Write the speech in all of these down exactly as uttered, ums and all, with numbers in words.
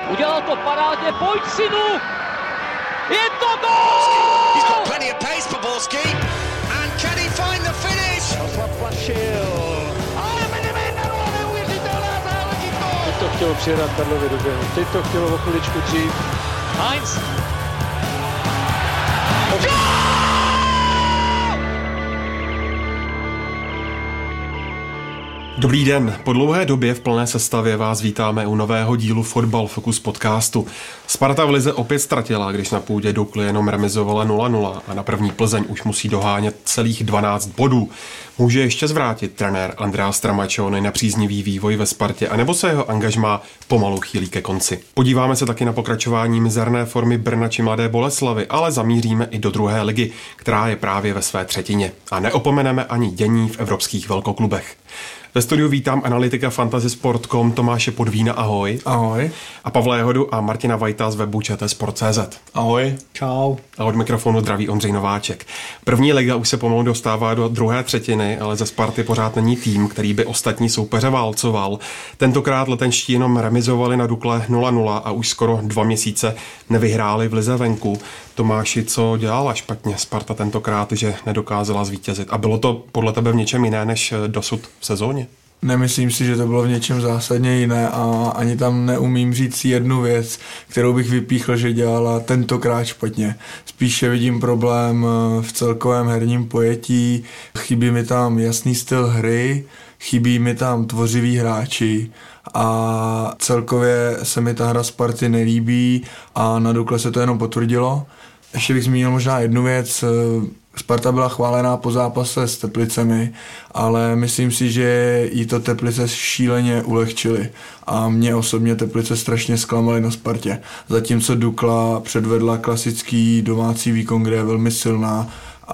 Udělal to parádně, pojď synu! Je to gól! He's got plenty of pace for Borski. And can he find the finish? Ale Medvedev, neuvěřitelná záležitost! Teď to chtělo přijedat Karlově do běhu, teď to chtělo o chviličku dřív. Heinz! Dobrý den, po dlouhé době v plné sestavě vás vítáme u nového dílu Fotbal Focus podcastu. Sparta v lize opět ztratila, když na půdě Dukly jenom remizovala nula nula a na první Plzeň už musí dohánět celých dvanáct bodů. Může ještě zvrátit trenér Andrea Stramaccioni nepříznivý vývoj ve Spartě, anebo se jeho angažmá pomalu chýlí ke konci. Podíváme se taky na pokračování mizerné formy Brna či Mladé Boleslavi, ale zamíříme i do druhé ligy, která je právě ve své třetině. A neopomeneme ani dění v evropských velkoklubech. Ve studiu vítám analytika fantasy sport tečka com Tomáše Podvína, ahoj. Ahoj. A Pavla Jehodu a Martina Vajta z webu č t sport tečka cé zet. Ahoj. Čau. A od mikrofonu zdraví Ondřej Nováček. První liga už se pomalu dostává do druhé třetiny, ale ze Sparty pořád není tým, který by ostatní soupeře válcoval. Tentokrát letenští jenom remizovali na Dukle nula nula a už skoro dva měsíce nevyhráli v lize venku. Tomáši, co dělala špatně Sparta tentokrát, že nedokázala zvítězit? A bylo to podle tebe v něčem jiné než dosud v sezóně? Nemyslím si, že to bylo v něčem zásadně jiné a ani tam neumím říct jednu věc, kterou bych vypíchl, že dělala tentokrát špatně. Spíše vidím problém v celkovém herním pojetí, chybí mi tam jasný styl hry, chybí mi tam tvořiví hráči a celkově se mi ta hra Sparty nelíbí a na Dukle se to jenom potvrdilo. Ještě bych zmínil možná jednu věc. Sparta byla chválená po zápase s Teplicemi, ale myslím si, že jí to Teplice šíleně ulehčily a mě osobně Teplice strašně zklamaly na Spartě. Zatímco Dukla předvedla klasický domácí výkon, kde je velmi silná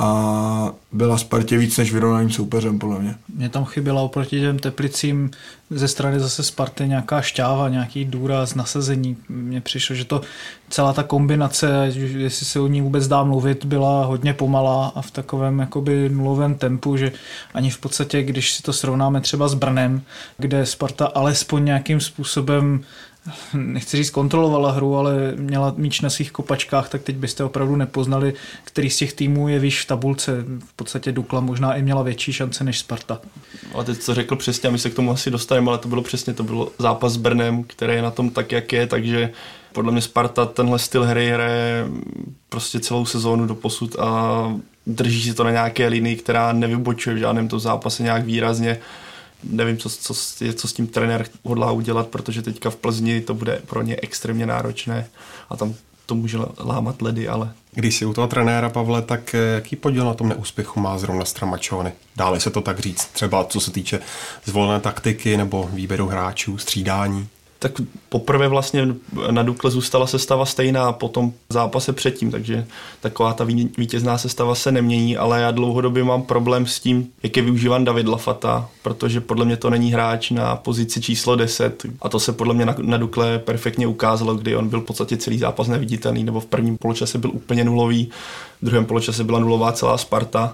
a byla Spartě víc než vyrovnaným soupeřem, podle mě. Mě tam chyběla oproti těm Teplicím ze strany zase Sparty nějaká šťáva, nějaký důraz, nasazení. Mně přišlo, že to celá ta kombinace, jestli se o ní vůbec dá mluvit, byla hodně pomalá a v takovém jakoby nulovém tempu, že ani v podstatě, když si to srovnáme třeba s Brnem, kde Sparta alespoň nějakým způsobem, nechci říct kontrolovala hru, ale měla míč na svých kopačkách, tak teď byste opravdu nepoznali, který z těch týmů je výš v tabulce. V podstatě Dukla možná i měla větší šance než Sparta. Ale teď co řekl přesně, a my se k tomu asi dostaneme, ale to bylo přesně, to bylo zápas s Brnem, který je na tom tak, jak je, takže podle mě Sparta tenhle styl hry hraje prostě celou sezónu doposud a drží si to na nějaké linii, která nevybočuje v žádném to zápase nějak výrazně. Nevím, co, co, co s tím trenér hodlá udělat, protože teďka v Plzni to bude pro ně extrémně náročné a tam to může lámat ledy, ale... Když jsi u toho trenéra, Pavle, tak jaký podíl na tom neúspěchu má zrovna Stramaccioni? Dále se to tak říct, třeba co se týče zvolené taktiky nebo výběru hráčů, střídání? Tak poprvé vlastně na Dukle zůstala sestava stejná po tom zápase předtím, takže taková ta vítězná sestava se nemění, ale já dlouhodobě mám problém s tím, jak je využíván David Lafata, protože podle mě to není hráč na pozici číslo deset a to se podle mě na, na Dukle perfektně ukázalo, kdy on byl v podstatě celý zápas neviditelný, nebo v prvním poločase byl úplně nulový, v druhém poločase byla nulová celá Sparta.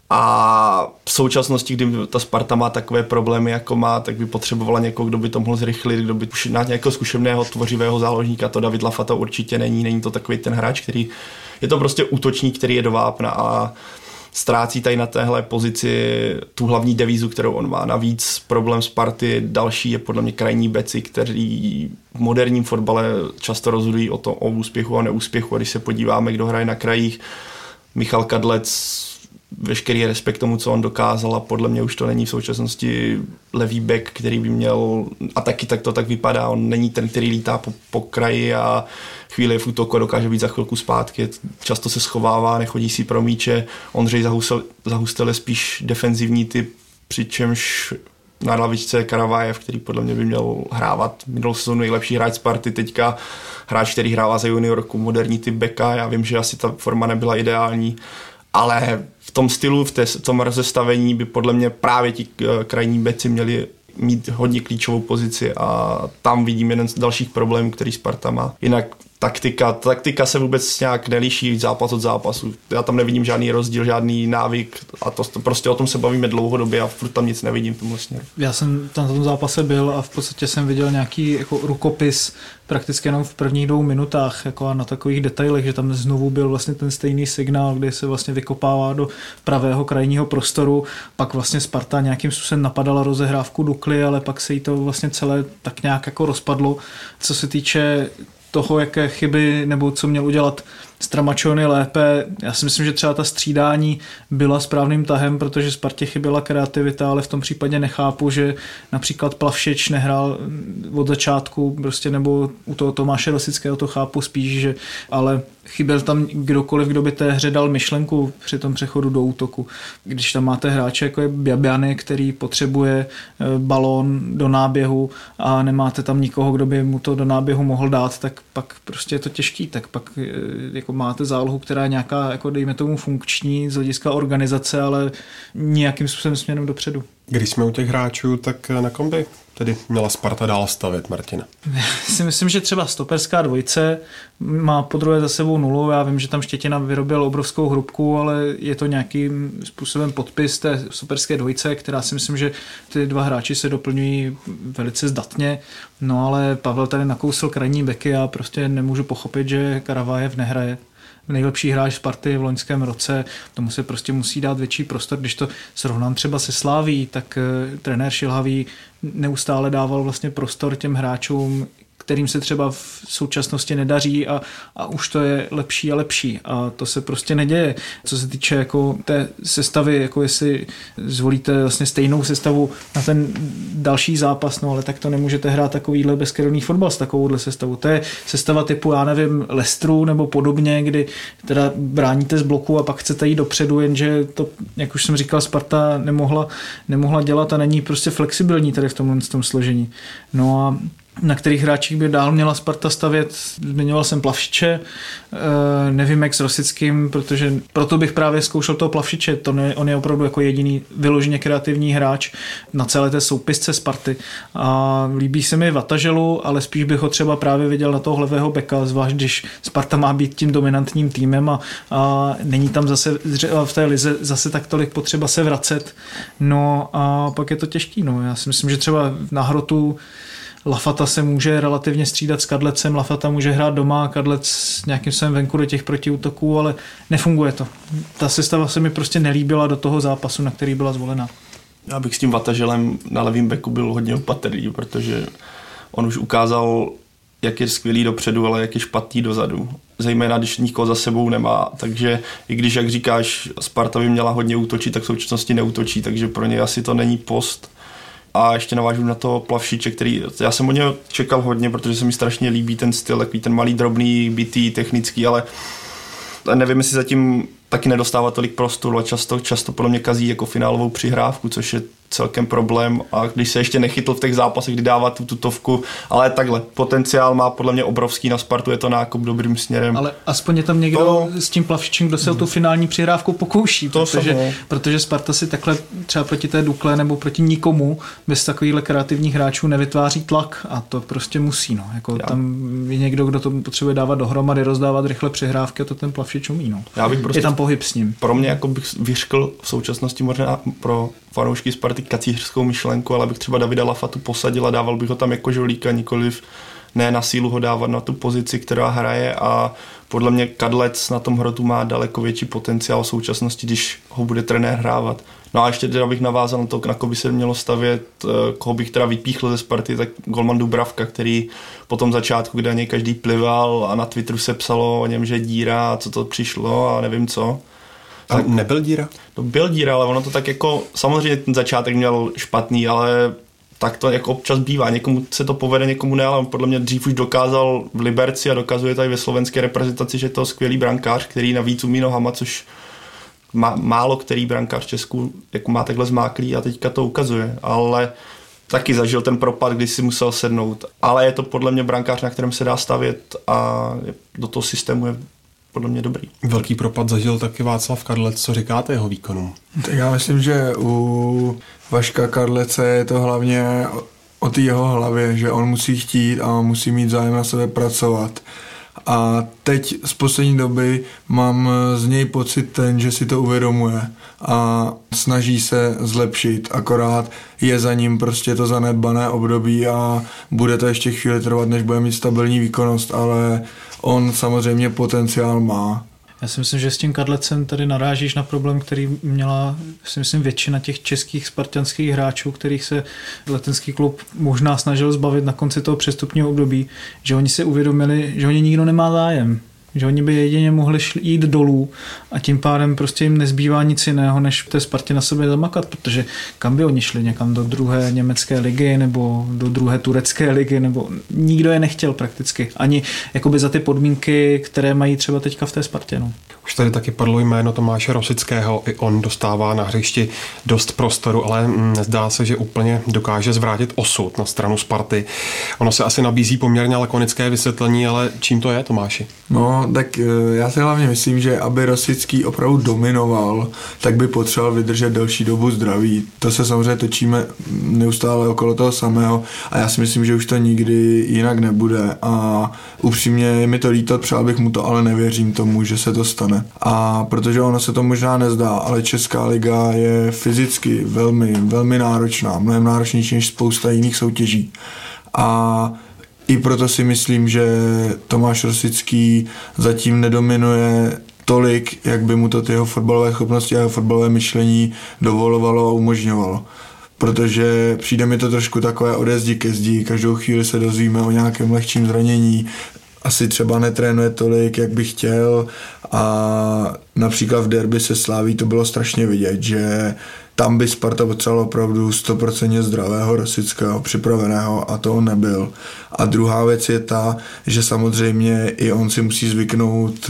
A v současnosti, kdy ta Sparta má takové problémy, jako má, tak by potřebovala někoho, kdo by to mohl zrychlit, kdo by na nějakého zkušeného tvořivého záložníka. To David Lafata určitě není, není to takový ten hráč, který je to prostě útočník, který je do vápna a ztrácí tady na téhle pozici tu hlavní devízu, kterou on má. Navíc problém Sparty další je podle mě krajní beci, kteří v moderním fotbale často rozhodují o to, o úspěchu a neúspěchu. A když se podíváme, kdo hraje na krajích, Michal Kadlec, veškerý respekt tomu, co on dokázal a podle mě už to není v současnosti levý back, který by měl, a taky tak to tak vypadá, on není ten, který lítá po, po kraji a chvíli v útoku dokáže být za chvilku zpátky, často se schovává, nechodí si pro míče, Ondřej Zahustel, Zahustel je spíš defenzivní typ, přičemž na lavičce Karavajev, který podle mě by měl hrávat minulou sezónu nejlepší hráč Sparty, teďka hráč, který hrává za juniorku, moderní typ beka, já vím, že asi ta forma nebyla ideální, ale v tom stylu, v, té, v tom rozestavení by podle mě právě ti krajní beci měli mít hodně klíčovou pozici a tam vidím jeden z dalších problémů, který Sparta má. Jinak taktika, taktika se vůbec nějak neliší zápas od zápasu. Já tam nevidím žádný rozdíl, žádný návyk a to, to prostě o tom se bavíme dlouhodobě a furt tam nic nevidím v tomhle směru. Já jsem tam na tom zápase byl a v podstatě jsem viděl nějaký jako rukopis prakticky jenom v prvních dvou minutách jako a na takových detailech, že tam znovu byl vlastně ten stejný signál, kdy se vlastně vykopává do pravého krajního prostoru, pak vlastně Sparta nějakým způsobem napadala rozehrávku Dukly, ale pak se jí to vlastně celé tak nějak jako rozpadlo. Co se týče toho, jaké chyby nebo co měl udělat Stramaccioni lépe. Já si myslím, že třeba ta střídání byla správným tahem, protože Spartě chyběla kreativita, ale v tom případě nechápu, že například Plavšič nehrál od začátku, prostě nebo u toho Tomáše Rosického to chápu spíš, že ale chyběl tam kdokoliv, kdo by té hře dal myšlenku při tom přechodu do útoku. Když tam máte hráče jako je Bjabiany, který potřebuje balón do náběhu a nemáte tam nikoho, kdo by mu to do náběhu mohl dát, tak pak prostě je to těžký, tak pak jako máte zálohu, která je nějaká, jako dejme tomu funkční z hlediska organizace, ale nějakým způsobem směrem dopředu. Když jsme u těch hráčů, tak na kom by tedy měla Sparta dál stavět, Martina? Já si myslím, že třeba stoperská dvojce má podruhé za sebou nulu. Já vím, že tam Štětina vyrobil obrovskou hrubku, ale je to nějakým způsobem podpis té stoperské dvojce, která si myslím, že ty dva hráči se doplňují velice zdatně. No ale Pavel tady nakousl krajní beky a prostě nemůžu pochopit, že Karavajev nehraje. Nejlepší hráč Sparty v loňském roce, tomu se prostě musí dát větší prostor. Když to srovnám třeba se Slaví, tak uh, trenér Šilhavý neustále dával vlastně prostor těm hráčům, kterým se třeba v současnosti nedaří a, a už to je lepší a lepší a to se prostě neděje. Co se týče jako té sestavy, jako jestli zvolíte vlastně stejnou sestavu na ten další zápas, no ale tak to nemůžete hrát takovýhle bezkrevný fotbal s takovouhle sestavou. To je sestava typu, já nevím, Leicesteru nebo podobně, kdy teda bráníte z bloku a pak chcete jít dopředu, jenže to, jak už jsem říkal, Sparta nemohla, nemohla dělat a není prostě flexibilní tady v tomhle tom složení. No a na kterých hráčích by dál měla Sparta stavět. Zmiňoval jsem Plavšiče, e, nevím jak s Rosickým, protože proto bych právě zkoušel toho Plavšiče. To ne, on je opravdu jako jediný vyloženě kreativní hráč na celé té soupisce Sparty. A líbí se mi Vataželu, ale spíš bych ho třeba právě viděl na toho levého beka, zvlášť když Sparta má být tím dominantním týmem a, a není tam zase v té lize zase tak tolik potřeba se vracet. No a pak je to těžký. No. Já si myslím, že třeba na hrotu Lafata se může relativně střídat s Kadlecem, Lafata může hrát doma, Kadlec nějakým svém venku do těch protiútoků, ale nefunguje to. Ta sestava se mi prostě nelíbila do toho zápasu, na který byla zvolena. Já bych s tím Vataželem na levým beku byl hodně opatrný, protože on už ukázal, jak je skvělý dopředu, ale jak je špatný dozadu. Zejména, když nikoho za sebou nemá. Takže i když, jak říkáš, Sparta by měla hodně útočit, tak v současnosti neútočí, takže pro něj asi to není post. A ještě navážu na toho Plavšiče, který, já jsem od něho čekal hodně, protože se mi strašně líbí ten styl, takový ten malý, drobný, bitý, technický, ale nevím, jestli zatím taky nedostává tolik prostoru a často, často podle mě kazí jako finálovou přihrávku, což je celkem problém a když se ještě nechytl v těch zápasech, kdy dává tu tutovku, ale takhle, potenciál má podle mě obrovský na Spartu, je to nákup dobrým směrem. Ale aspoň je tam někdo to, s tím Plavšičem, kdo se hmm. o tu finální přihrávku pokouší, to protože, protože Sparta si takhle třeba proti té Dukle nebo proti nikomu bez takovýchhle kreativních hráčů nevytváří tlak a to prostě musí. No. Jako tam je někdo, kdo to potřebuje dávat dohromady, rozdávat rychle přihrávky a to ten Plavšič umí. No. Já bych prostě, je tam pohyb s ním. Pro mě jako bych vyřkl v současnosti možná pro fanoušky Sparty kacířskou myšlenku, ale bych třeba Davida Lafatu posadil a dával bych ho tam jako žolíka, nikoliv ne na sílu ho dávat na tu pozici, která hraje a podle mě Kadlec na tom hrotu má daleko větší potenciál v současnosti, když ho bude trenér hrávat. No a ještě teda bych navázal na to, na koho by se mělo stavět, koho bych teda vypíchl ze Sparty, tak golman Dubravka, který po tom začátku, kde něj každý plival a na Twitteru se psalo o něm, že díra, co to přišlo a nevím co. Tak nebyl díra? To byl díra, ale ono to tak jako, samozřejmě ten začátek měl špatný, ale tak to jako občas bývá. Někomu se to povede, někomu ne, ale podle mě dřív už dokázal v Liberci a dokazuje tady ve slovenské reprezentaci, že je to skvělý brankář, který navíc umí nohama, což má, málo který brankář v Česku jako má takhle zmáklý a teďka to ukazuje, ale taky zažil ten propad, když si musel sednout. Ale je to podle mě brankář, na kterém se dá stavět a do toho systému je podle mě dobrý. Velký propad zažil taky Václav Kadlec, co říkáte jeho výkonům? Tak já myslím, že u Vaška Kadlece je to hlavně o té jeho hlavě, že on musí chtít a musí mít zájem na sebe pracovat. A teď z poslední doby mám z něj pocit ten, že si to uvědomuje a snaží se zlepšit, akorát je za ním prostě to zanedbané období a bude to ještě chvíli trvat, než bude mít stabilní výkonnost, ale on samozřejmě potenciál má. Já si myslím, že s tím Kadlecem tady narážíš na problém, který měla, si myslím, většina těch českých spartanských hráčů, kterých se Letenský klub možná snažil zbavit na konci toho přestupního období, že oni si uvědomili, že oni nikdo nemá zájem. Že oni by jedině mohli jít dolů a tím pádem prostě jim nezbývá nic jiného, než v té Spartě na sobě zamakat, protože kam by oni šli, někam do druhé německé ligy nebo do druhé turecké ligy, nebo nikdo je nechtěl prakticky, ani jakoby za ty podmínky, které mají třeba teďka v té Spartě. No. Už tady taky padlo jméno Tomáše Rosického, i on dostává na hřišti dost prostoru, ale nezdá se, že úplně dokáže zvrátit osud na stranu Sparty. Ono se asi nabízí poměrně lakonické vysvětlení, ale čím to je, Tomáši? No, tak já si hlavně myslím, že aby Rosický opravdu dominoval, tak by potřeboval vydržet delší dobu zdraví. To se samozřejmě točíme neustále okolo toho samého a já si myslím, že už to nikdy jinak nebude a upřímně je mi to líto, přál bych mu to, ale nevěřím tomu, že se to stane. A protože ono se to možná nezdá, ale Česká liga je fyzicky velmi, velmi náročná, mnohem náročnější než spousta jiných soutěží. A i proto si myslím, že Tomáš Rosický zatím nedominuje tolik, jak by mu to ty jeho fotbalové schopnosti a jeho fotbalové myšlení dovolovalo a umožňovalo. Protože přijde mi to trošku takové ode zdi ke zdi, každou chvíli se dozvíme o nějakém lehčím zranění, asi třeba netrénuje tolik, jak by chtěl a například v derby se Slaví to bylo strašně vidět, že tam by Sparta potřebovala opravdu sto procent zdravého Rosického, připraveného a to on nebyl. A druhá věc je ta, že samozřejmě i on si musí zvyknout,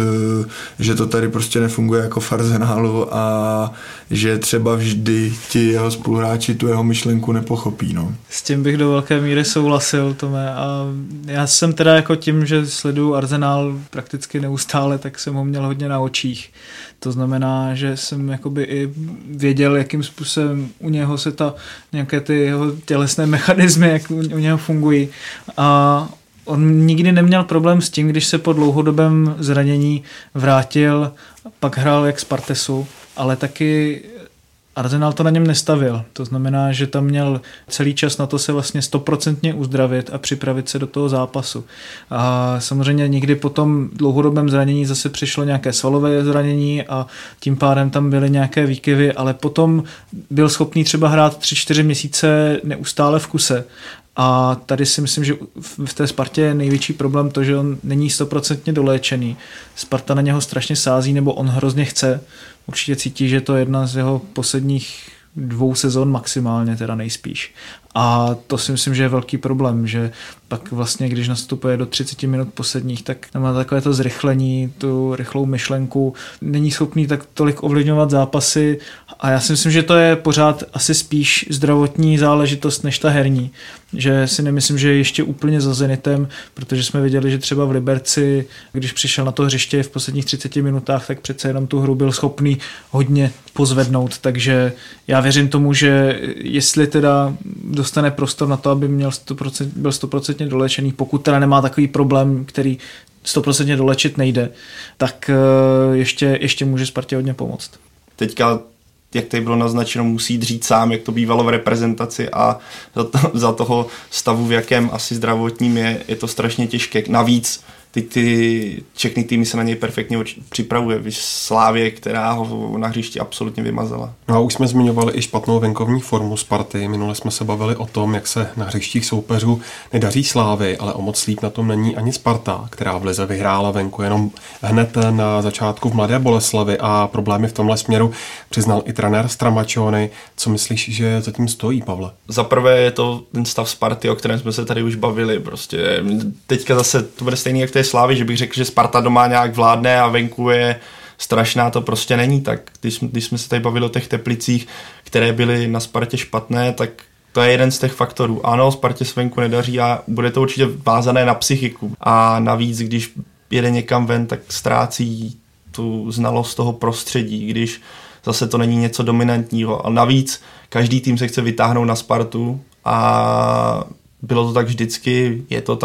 že to tady prostě nefunguje jako v Arsenálu a že třeba vždy ti jeho spoluhráči tu jeho myšlenku nepochopí. No. S tím bych do velké míry souhlasil, Tome. A já jsem teda jako tím, že sleduju Arsenal prakticky neustále, tak jsem ho měl hodně na očích. To znamená, že jsem jakoby i věděl, jakým způsobem u něho se ta nějaké ty jeho tělesné mechanismy, jak u, u něho fungují. A on nikdy neměl problém s tím, když se po dlouhodobém zranění vrátil, pak hrál jak Spartesu, ale taky Arsenal to na něm nestavil. To znamená, že tam měl celý čas na to se vlastně stoprocentně uzdravit a připravit se do toho zápasu. A samozřejmě někdy po tom dlouhodobém zranění zase přišlo nějaké svalové zranění a tím pádem tam byly nějaké výkyvy, ale potom byl schopný třeba hrát tři čtyři měsíce neustále v kuse. A tady si myslím, že v té Spartě je největší problém to, že on není stoprocentně doléčený. Sparta na něho strašně sází, nebo on hrozně chce. Určitě cítí, že to je jedna z jeho posledních dvou sezon maximálně, teda nejspíš. A to si myslím, že je velký problém, že pak vlastně, když nastupuje do třicet minut posledních, tak má takové to zrychlení, tu rychlou myšlenku, není schopný tak tolik ovlivňovat zápasy a já si myslím, že to je pořád asi spíš zdravotní záležitost než ta herní, že si nemyslím, že je ještě úplně za Zenitem, protože jsme viděli, že třeba v Liberci, když přišel na to hřiště v posledních třiceti minutách, tak přece jenom tu hru byl schopný hodně pozvednout, takže já věřím tomu, že jestli teda dostane prostor na to, aby měl sto procent, byl sto procent dolečený, pokud teda nemá takový problém, který sto procent dolečit nejde, tak ještě, ještě může Spartě hodně pomoct. Teďka, jak tady bylo naznačeno, musí dřít sám, jak to bývalo v reprezentaci a za, to, za toho stavu, v jakém asi zdravotním je, je to strašně těžké. Navíc ty, ty všechny týmy se na něj perfektně připravuje. Víš, Slávě, která ho na hřišti absolutně vymazala. No a už jsme zmiňovali i špatnou venkovní formu Sparty. Minule jsme se bavili o tom, jak se na hřištích soupeřů nedaří Slávy, ale o moc líp na tom není ani Sparta, která v lize vyhrála venku jenom hned na začátku v Mladé Boleslavi a problémy v tomhle směru přiznal i trenér Stramačony. Co myslíš, že zatím stojí, Pavle? Za prvé je to ten stav Sparty, o kterém jsme se tady už bavili. Prostě teďka zase to bude stejný jak té Slávy, že bych řekl, že Sparta doma nějak vládne a venku je strašná, to prostě není tak. Když, když jsme se tady bavili o těch Teplicích, které byly na Spartě špatné, tak to je jeden z těch faktorů. Ano, Spartě se venku nedaří a bude to určitě vázané na psychiku. A navíc, když jede někam ven, tak ztrácí tu znalost toho prostředí, když zase to není něco dominantního. A navíc každý tým se chce vytáhnout na Spartu a bylo to tak vždycky, je to tak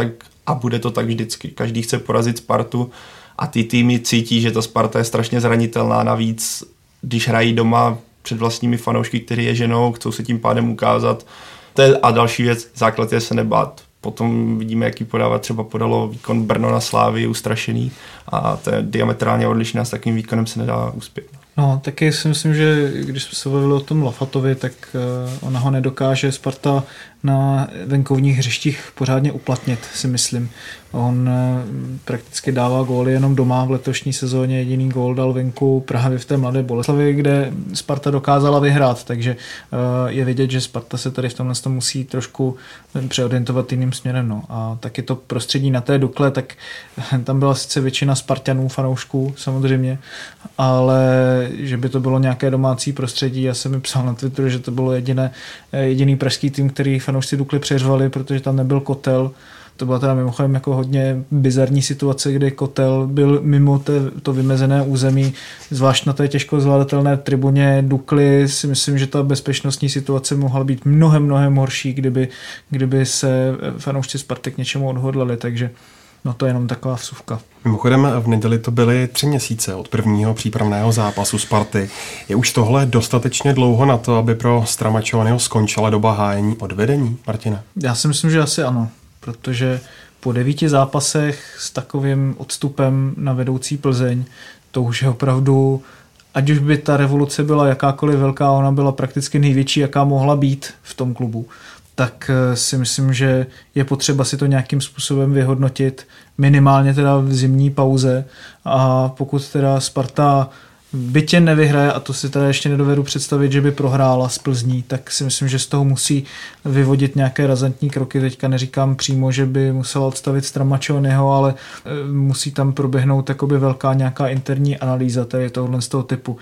a bude to tak vždycky. Každý chce porazit Spartu a ty týmy cítí, že ta Sparta je strašně zranitelná, navíc když hrají doma před vlastními fanoušky, který je ženou, chcou se tím pádem ukázat. To je, a další věc, základ je se nebát. Potom vidíme, jaký podává, třeba podalo výkon Brno na Slávii, ustrašený, a to je diametrálně odlišné, s takovým výkonem se nedá uspět. No, taky si myslím, že když jsme se bavili o tom Lafatovi, tak uh, ona ho nedokáže Sparta na venkovních hřištích pořádně uplatnit, si myslím. On uh, prakticky dává góly jenom doma, v letošní sezóně jediný gól dal venku právě v té Mladé Boleslavi, kde Sparta dokázala vyhrát, takže uh, je vidět, že Sparta se tady v tomhle musí trošku přeorientovat jiným směrem. No. A taky to prostředí na té Dukle, tak tam byla sice většina Spartanů, fanoušků samozřejmě, ale že by to bylo nějaké domácí prostředí. Já jsem mi psal na Twitteru, že to bylo jediné, jediný pražský tým, který fanoušci Dukly přeřvali, protože tam nebyl kotel. To byla teda mimochodem jako hodně bizarní situace, kdy kotel byl mimo té, to vymezené území, zvlášť na té těžko zvládatelné tribuně Dukly. Si myslím, že ta bezpečnostní situace mohla být mnohem, mnohem horší, kdyby, kdyby se fanoušci Sparty k něčemu odhodlali, takže no to je jenom taková vsuvka. Mimochodem v neděli to byly tři měsíce od prvního přípravného zápasu Sparty. Je už tohle dostatečně dlouho na to, aby pro Stramačoneho skončila doba hájení odvedení, Martina? Já si myslím, že asi ano, protože po devíti zápasech s takovým odstupem na vedoucí Plzeň, to už je opravdu, ať už by ta revoluce byla jakákoliv velká, ona byla prakticky největší, jaká mohla být v tom klubu, tak si myslím, že je potřeba si to nějakým způsobem vyhodnotit, minimálně teda v zimní pauze, a pokud teda Sparta bytě nevyhraje, a to si teda ještě nedovedu představit, že by prohrála s Plzní, tak si myslím, že z toho musí vyvodit nějaké razantní kroky. Teďka neříkám přímo, že by musela odstavit Stramačoneho, ale musí tam proběhnout jakoby velká nějaká interní analýza tady tohle z toho typu.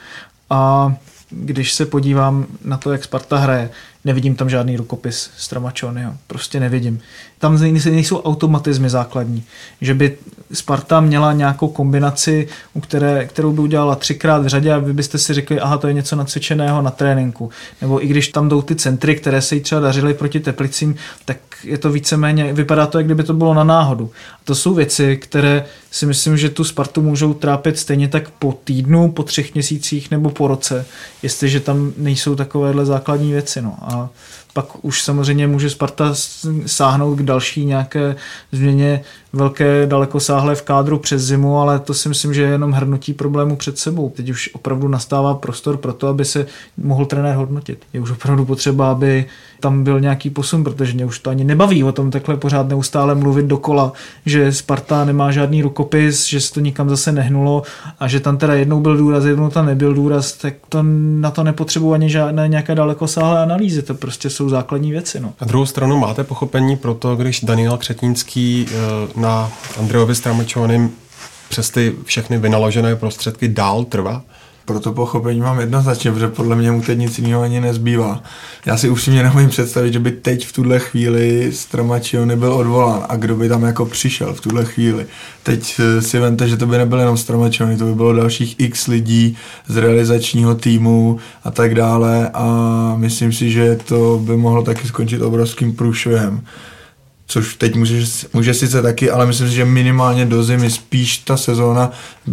A když se podívám na to, jak Sparta hraje, nevidím tam žádný rukopis Stramačoneho. Prostě nevidím. Tam nejsou automatizmy základní. Že by Sparta měla nějakou kombinaci, u které, kterou by udělala třikrát v řadě a vy byste si řekli, aha, to je něco nacvičeného na tréninku. Nebo i když tam jdou ty centry, které se jí třeba dařily proti Teplicím, tak je to víceméně, vypadá to, jak kdyby to bylo na náhodu. A to jsou věci, které si myslím, že tu Spartu můžou trápit stejně tak po týdnu, po třech měsících nebo po roce, jestliže tam nejsou takovéhle základní věci. No. A pak už samozřejmě může Sparta sáhnout k další nějaké změně velké dalekosáhlé v kádru přes zimu, ale to si myslím, že je jenom hrnutí problému před sebou. Teď už opravdu nastává prostor pro to, aby se mohl trenér hodnotit. Je už opravdu potřeba, aby tam byl nějaký posun, protože mě už to ani nebaví o tom takhle pořád neustále mluvit dokola, že Sparta nemá žádný rukopis, že se to nikam zase nehnulo a že tam teda jednou byl důraz, jednou tam nebyl důraz, tak to na to nepotřebuji ani žádné nějaké dalekosáhlé analýzy, to prostě jsou základní věci. No. Na druhou stranu máte pochopení pro to, když Daniel Křetínský na Andrejovi Stramačonem přes ty všechny vynaložené prostředky dál trvá? Proto pochopení mám jednoznačně, protože podle mě mu teď nic jiného ani nezbývá. Já si upřímně nemůžu představit, že by teď v tuhle chvíli Stramačony byl odvolán a kdo by tam jako přišel v tuhle chvíli. Teď si vemte, že to by nebyl jenom Stramačony, to by bylo dalších x lidí z realizačního týmu a tak dále a myslím si, že to by mohlo taky skončit obrovským průšvihem. Což teď může, může sice taky, ale myslím si, že minimálně do zimy spíš ta sezóna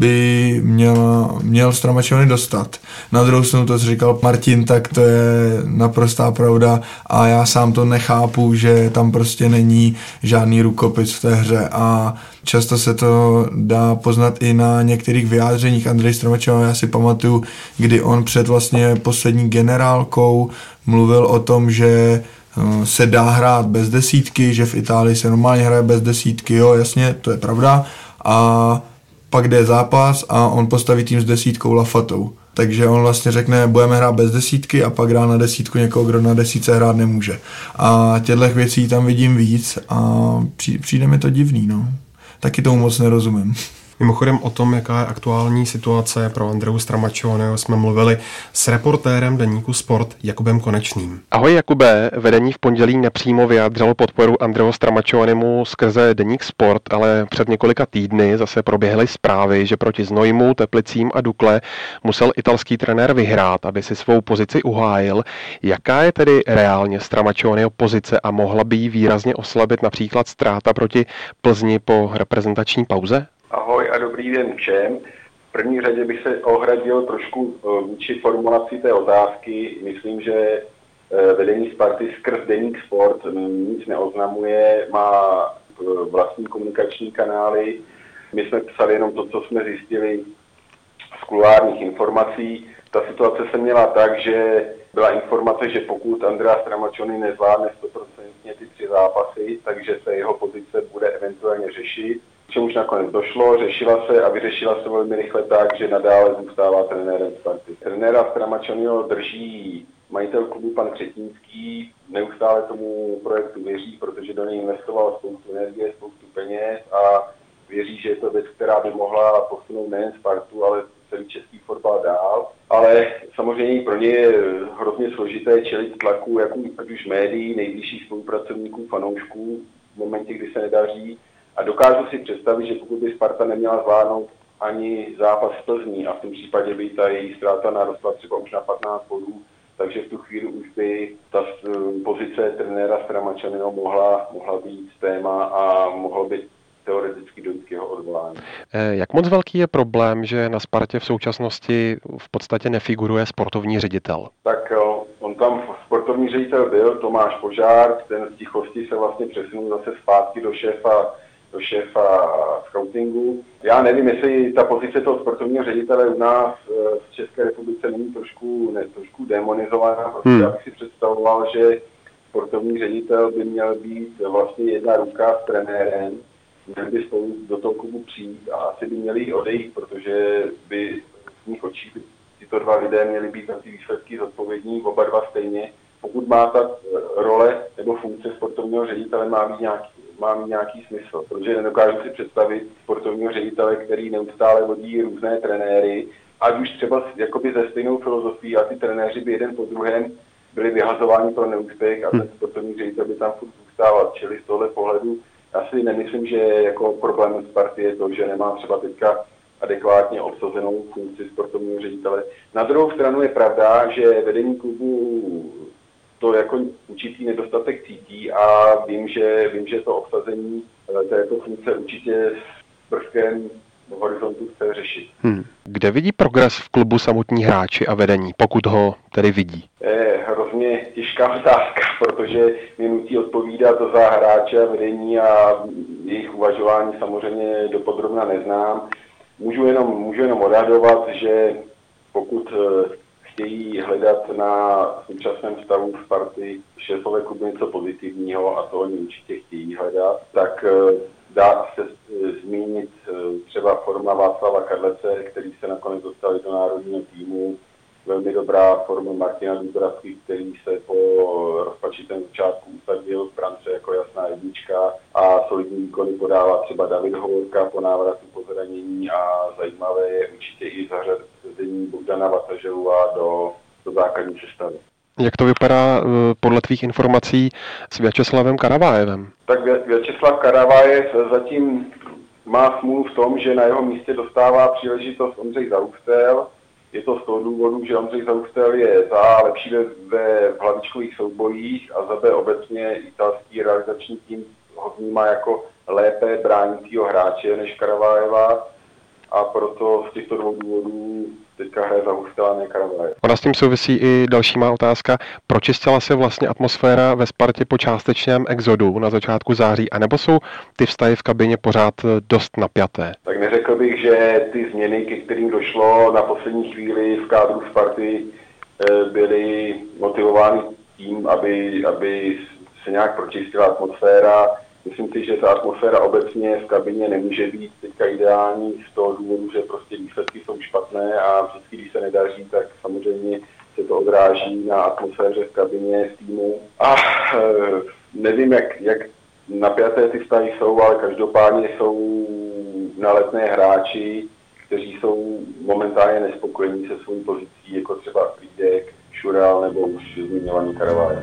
by měla, měl Stramačony dostat. Na druhou stranu to, co říkal Martin, tak to je naprostá pravda a já sám to nechápu, že tam prostě není žádný rukopis v té hře a často se to dá poznat i na některých vyjádřeních Andrej Stramačony. Já si pamatuju, kdy on před vlastně poslední generálkou mluvil o tom, že se dá hrát bez desítky, že v Itálii se normálně hraje bez desítky, jo, jasně, to je pravda. A pak jde zápas a on postaví tým s desítkou Lafatou. Takže on vlastně řekne, budeme hrát bez desítky a pak dá na desítku někoho, kdo na desítce hrát nemůže. A těchto věcí tam vidím víc a přijde mi to divný, no. Taky tomu moc nerozumím. Mimochodem o tom, jaká je aktuální situace pro Andreu Stramačoneho, jsme mluvili s reportérem deníku Sport Jakubem Konečným. Ahoj Jakube, vedení v pondělí nepřímo vyjádřilo podporu Andreu Stramačonemu skrze deník Sport, ale před několika týdny zase proběhly zprávy, že proti Znojmu, Teplicím a Dukle musel italský trenér vyhrát, aby si svou pozici uhájil. Jaká je tedy reálně Stramačoneho pozice a mohla by jí výrazně oslabit například ztráta proti Plzni po reprezentační pauze? Ahoj a dobrý den všem. V první řadě bych se ohradil trošku vůči formulaci té otázky. Myslím, že vedení Sparty skrz deník Sport nic neoznamuje, má vlastní komunikační kanály. My jsme psali jenom to, co jsme zjistili z kulárních informací. Ta situace se měla tak, že byla informace, že pokud Andrea Stramačony nezvládne sto procent ty tři zápasy, takže se jeho pozice bude eventuálně řešit. K čemuž nakonec došlo, řešila se a vyřešila se velmi rychle tak, že nadále zůstává trenérem Sparty. Trenéra Stramačonyho drží majitel klubu pan Křetínský, neustále tomu projektu věří, protože do něj investoval spoustu energie, spoustu peněz a věří, že je to věc, která by mohla posunout nejen Spartu, ale celý český fotbal dál. Ale samozřejmě pro ně je hrozně složité čelit tlaku, jak ať už médií, nejbližších spolupracovníků, fanoušků v momentě, kdy se nedaří. A dokážu si představit, že pokud by Sparta neměla zvládnout ani zápas z Plzní a v tom případě by ta její ztráta narostla třeba už na patnáct bodů, takže v tu chvíli už by ta pozice trenéra Stramačonyho mohla, mohla být téma a mohlo by teoreticky dojít k jeho odvolání. Jak moc velký je problém, že na Spartě v současnosti v podstatě nefiguruje sportovní ředitel? Tak on tam sportovní ředitel byl, Tomáš Požár, ten z tichosti se vlastně přesunul zase zpátky do šéfa do šéfa scoutingu. Já nevím, jestli ta pozice toho sportovního ředitele u nás v České republice není trošku, ne, trošku demonizovaná, protože hmm. já bych si představoval, že sportovní ředitel by měl být vlastně jedna ruka s trenérem, měl by spolu do toho klubu přijít a asi by měli odejít, protože by z nich očí tyto dva lidé měli být na ty výsledky zodpovědní, oba dva stejně. Pokud má ta role nebo funkce sportovního ředitele má mít nějaký má mít nějaký smysl, protože nedokážu si představit sportovního ředitele, který neustále vodí různé trenéry, ať už třeba jakoby ze stejnou filozofií a ty trenéři by jeden po druhém byli vyhazováni pro neúspěch a ten sportovní ředitel by tam furt zůstával. Čili z tohle pohledu já si nemyslím, že jako problém Sparty je to, že nemá třeba teďka adekvátně obsazenou funkci sportovního ředitele. Na druhou stranu je pravda, že vedení klubu to jako určitý nedostatek cítí a vím, že, vím, že to obsazení této funkce určitě s prvkem v horizontu chce řešit. Hmm. Kde vidí progres v klubu samotní hráči a vedení, pokud ho tedy vidí? Je hrozně těžká otázka, protože mě nutí odpovídat za hráče a vedení a jejich uvažování samozřejmě dopodrobna neznám. Můžu jenom, můžu jenom odhadovat, že pokud chtějí hledat na současném stavu Sparty šéfové klubu něco pozitivního a to oni určitě chtějí hledat, tak dá se zmínit třeba forma Václava Kadlece, který se nakonec dostal do národního týmu, velmi dobrá forma Martina Dubravky, který se po rozpačitém začátku usadil v brance jako jasná jednička a solidní výkony podává třeba David Hovorka po návratu po zranění a zajímavé je určitě i zařazení Bogdana Vataželova do, do základní sestavy. Jak to vypadá podle tvých informací s Vjačeslavem Karavájevem? Tak Vjačeslav Karavájev zatím má smůlu v tom, že na jeho místě dostává příležitost Ondřej Zarůstel. Je to z toho důvodu, že Ondřej Zarůstel je za lepší ve, ve hlavičkových soubojích a za B obecně italský realizační tým ho vnímá jako lépe bránícího hráče než Karavájeva a proto z těchto dvou důvodů teďka hraje Zarůstel a ne Karavájev. Ona s tím souvisí i další má otázka. Pročistila se vlastně atmosféra ve Spartě po částečném exodu na začátku září, anebo jsou ty vztahy v kabině pořád dost napjaté? Tak neřekl bych, že ty změny, ke kterým došlo na poslední chvíli v kádru Sparty, byly motivovány tím, aby, aby se nějak pročistila atmosféra. Myslím si, že ta atmosféra obecně v kabině nemůže být teďka ideální z toho důvodu, že prostě výsledky jsou špatné a vždycky, když se nedaří, tak samozřejmě se to odráží na atmosféře v kabině, v týmu. A e, nevím, jak, jak napjaté ty vztahy jsou, ale každopádně jsou náletné hráči, kteří jsou momentálně nespokojení se svou pozicí, jako třeba Frýdek, Šural nebo už zmiňovaný Carvalho.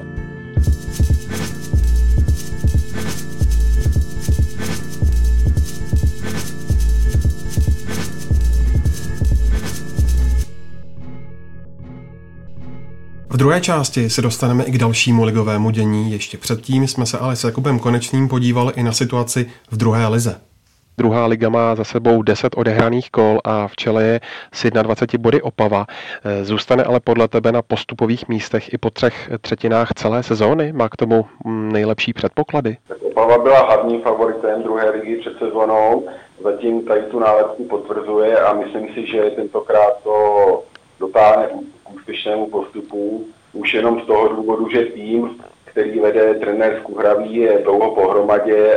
V druhé části se dostaneme i k dalšímu ligovému dění. Ještě předtím jsme se ale s Jakubem Konečným podívali i na situaci v druhé lize. Druhá liga má za sebou deset odehraných kol a v čele je s dvaceti jedna body Opava. Zůstane ale podle tebe na postupových místech i po třech třetinách celé sezóny? Má k tomu nejlepší předpoklady? Tak Opava byla hlavním favoritem druhé ligy před sezónou. Zatím tady tu nálepku potvrzuje a myslím si, že tentokrát to dotáhne k úspěšnému postupu. Už jenom z toho důvodu, že tým, který vede trenér Skuhravý, je dlouho pohromadě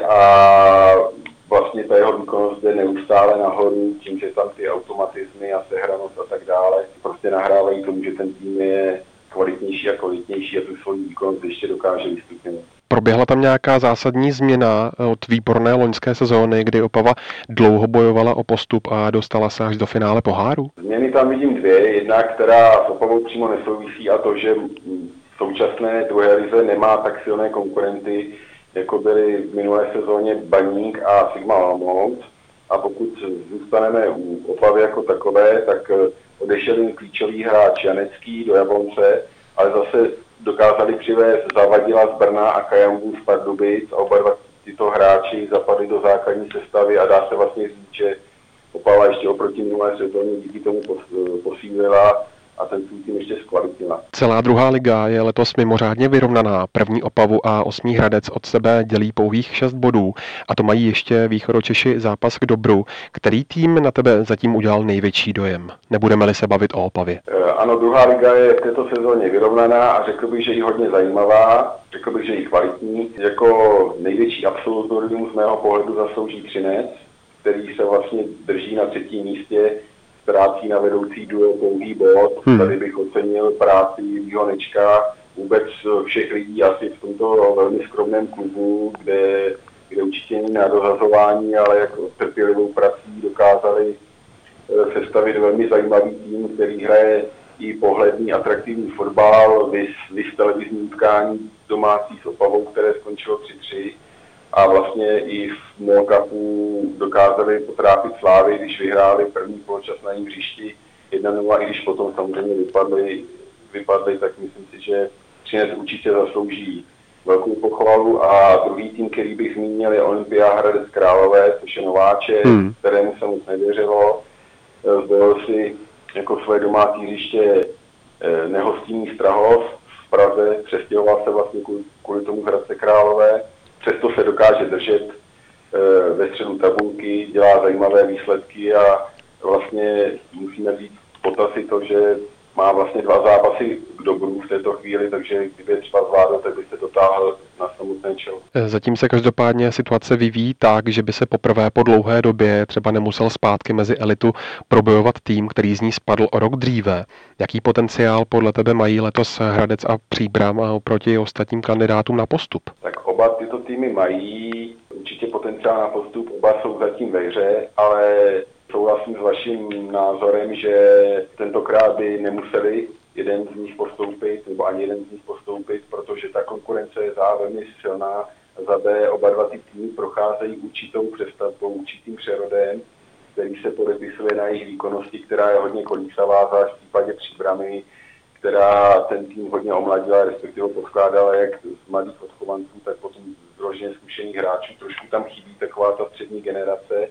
a vlastně ta jeho výkonnost jde neustále nahoru, tím, že tam ty automatizmy a sehranost a tak dále prostě nahrávají tomu, že ten tým je kvalitnější a kvalitnější a tu svou výkonnost ještě dokáže vystupňovat. Proběhla tam nějaká zásadní změna od výborné loňské sezóny, kdy Opava dlouho bojovala o postup a dostala se až do finále poháru? Změny tam vidím dvě. Jedna, která s Opavou přímo nesouvisí, a to, že v současné druhé lize nemá tak silné konkurenty, jako byly v minulé sezóně Baník a Sigma Olomouc. A pokud zůstaneme u Opavy jako takové, tak odešel jim klíčový hráč Janecký do Jablonce, ale zase dokázali přivést Zavadila z Brna a Kajambu z Pardubic a oba dva tyto hráči zapadli do základní sestavy a dá se vlastně říct, že Opava ještě oproti minulé sezóně díky tomu posílila a ten svůj tým ještě zkvalitnila. Celá druhá liga je letos mimořádně vyrovnaná. První Opavu a osmý Hradec od sebe dělí pouhých šest bodů a to mají ještě Východočeši zápas k dobru. Který tým na tebe zatím udělal největší dojem? Nebudeme-li se bavit o Opavě? Ano, druhá liga je v této sezóně vyrovnaná a řekl bych, že i hodně zajímavá, řekl bych, že i kvalitní. Jako největší absolutorium z mého pohledu zaslouží Třinec, který se vlastně drží na třetím místě, ztrácí na vedoucí duo pouhý bod. Hmm. Tady bych ocenil práci Jiřího Nečka, vůbec všech lidí asi v tomto velmi skromném klubu, kde, kde určitě není na dohazování, ale jako trpělivou prací dokázali sestavit velmi zajímavý tým, který hraje i pohledný, atraktivní fotbal, vys, vys televizní utkání domácí s Opavou, které skončilo tři tři. A vlastně i v Mall Cupu dokázali potrápit Slávy, když vyhráli první poločas na jejím hřišti jedna nula, i když potom samozřejmě vypadli, vypadli, tak myslím si, že Třinec určitě zaslouží velkou pochvalu. A druhý tým, který bych zmínil, je Olympia Hradec Králové, což je nováček, hmm. kterému se moc nevěřilo. Zvolil si jako své domácí hřiště nehostinný Strahov v Praze, přestěhoval se vlastně kvůli, kvůli tomu Hradce Králové. Přesto se dokáže držet e, ve středu tabulky, dělá zajímavé výsledky a vlastně musíme vzít potaz to, že má vlastně dva zápasy k dobru v této chvíli, takže kdyby třeba zvládl, tak by se dotáhl na samotné čelo. Zatím se každopádně situace vyvíjí tak, že by se poprvé po dlouhé době třeba nemusel zpátky mezi elitu probojovat tým, který z ní spadl o rok dříve. Jaký potenciál podle tebe mají letos Hradec a Příbram oproti ostatním kandidátům na postup? Tak oba tyto týmy mají určitě potenciál na postup, oba jsou zatím ve hře, ale souhlasím s vaším názorem, že tentokrát by nemuseli jeden z nich postoupit, nebo ani jeden z nich postoupit, protože ta konkurence je za velmi silná. Za B oba dva ty týmy procházejí určitou přestavbou, určitým přerodem, který se podepisuje na jejich výkonnosti, která je hodně kolísavá, zvlášť v případě Příbramy, která ten tým hodně omladila, respektive poskládala jak z mladých odchovanců, tak potom z rožně zkušených hráčů. Trošku tam chybí taková ta střední generace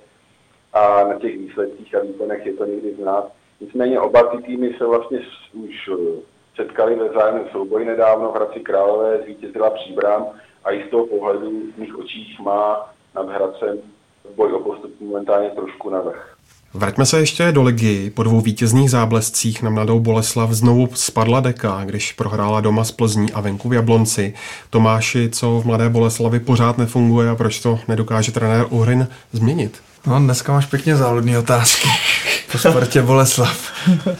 a na těch výsledcích a výkonech je to někdy znát. Nicméně oba ty týmy se vlastně už setkali ve vzájemném souboji nedávno. V Hradci Králové zvítězila Příbram a i z toho pohledu v mých očích má nad Hradcem boj o postup momentálně trošku navrch. Vraťme se ještě do ligy. Po dvou vítězných záblescích na Mladou Boleslav znovu spadla deka, když prohrála doma z Plzní a venku v Jablonci. Tomáši, co v Mladé Boleslavi pořád nefunguje a proč to nedokáže trenér Uhrin změnit? No, dneska máš pěkně záludný otázky. Po Spartě Boleslav.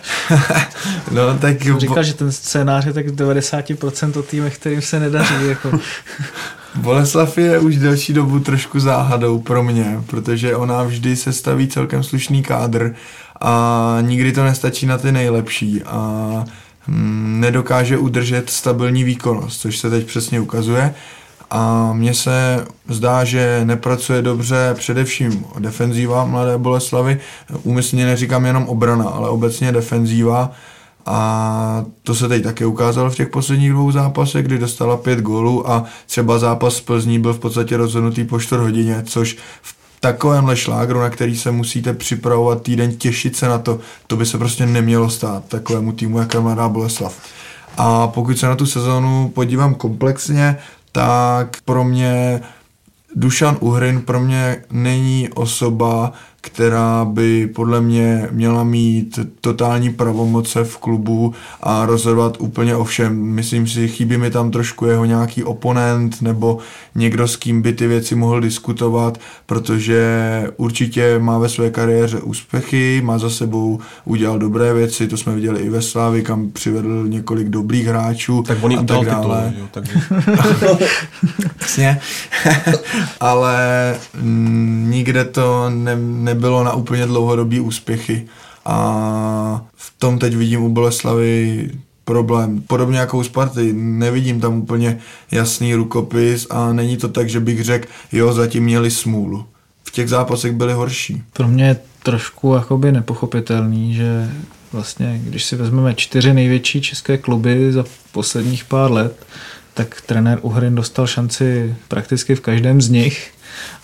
No, tak... Jsem říkal, že ten scénář je tak devadesát procent o týmech, kterým se nedaří. Jako. Boleslav je už delší dobu trošku záhadou pro mě, protože ona vždy se staví celkem slušný kádr a nikdy to nestačí na ty nejlepší a hm, nedokáže udržet stabilní výkonnost, což se teď přesně ukazuje. A mně se zdá, že nepracuje dobře především defenzíva Mladé Boleslavy. Úmyslně neříkám jenom obrana, ale obecně defenzíva. A to se teď také ukázalo v těch posledních dvou zápasech, kdy dostala pět gólů a třeba zápas s Plzní byl v podstatě rozhodnutý po čtvrt hodině, což v takovémhle šlágru, na který se musíte připravovat týden, těšit se na to, to by se prostě nemělo stát takovému týmu, jako je Mladá Boleslav. A pokud se na tu sezónu podívám komplexně, tak pro mě Dušan Uhrin pro mě není osoba, která by podle mě měla mít totální pravomoce v klubu a rozhodovat úplně o všem. Myslím si, chybí mi tam trošku jeho nějaký oponent nebo někdo, s kým by ty věci mohl diskutovat, protože určitě má ve své kariéře úspěchy, má za sebou, udělal dobré věci, to jsme viděli i ve Slávi, kam přivedl několik dobrých hráčů. Tak on a udal tak dále. Titul, jo, takže... Přesně. Ale m, nikde to ne, nebylo na úplně dlouhodobý úspěchy a v tom teď vidím u Boleslavy problém. Podobně jako u Sparty, nevidím tam úplně jasný rukopis a není to tak, že bych řekl, jo, zatím měli smůlu. V těch zápasech byly horší. Pro mě je trošku jakoby nepochopitelný, že vlastně, když si vezmeme čtyři největší české kluby za posledních pár let, tak trenér Uhrin dostal šanci prakticky v každém z nich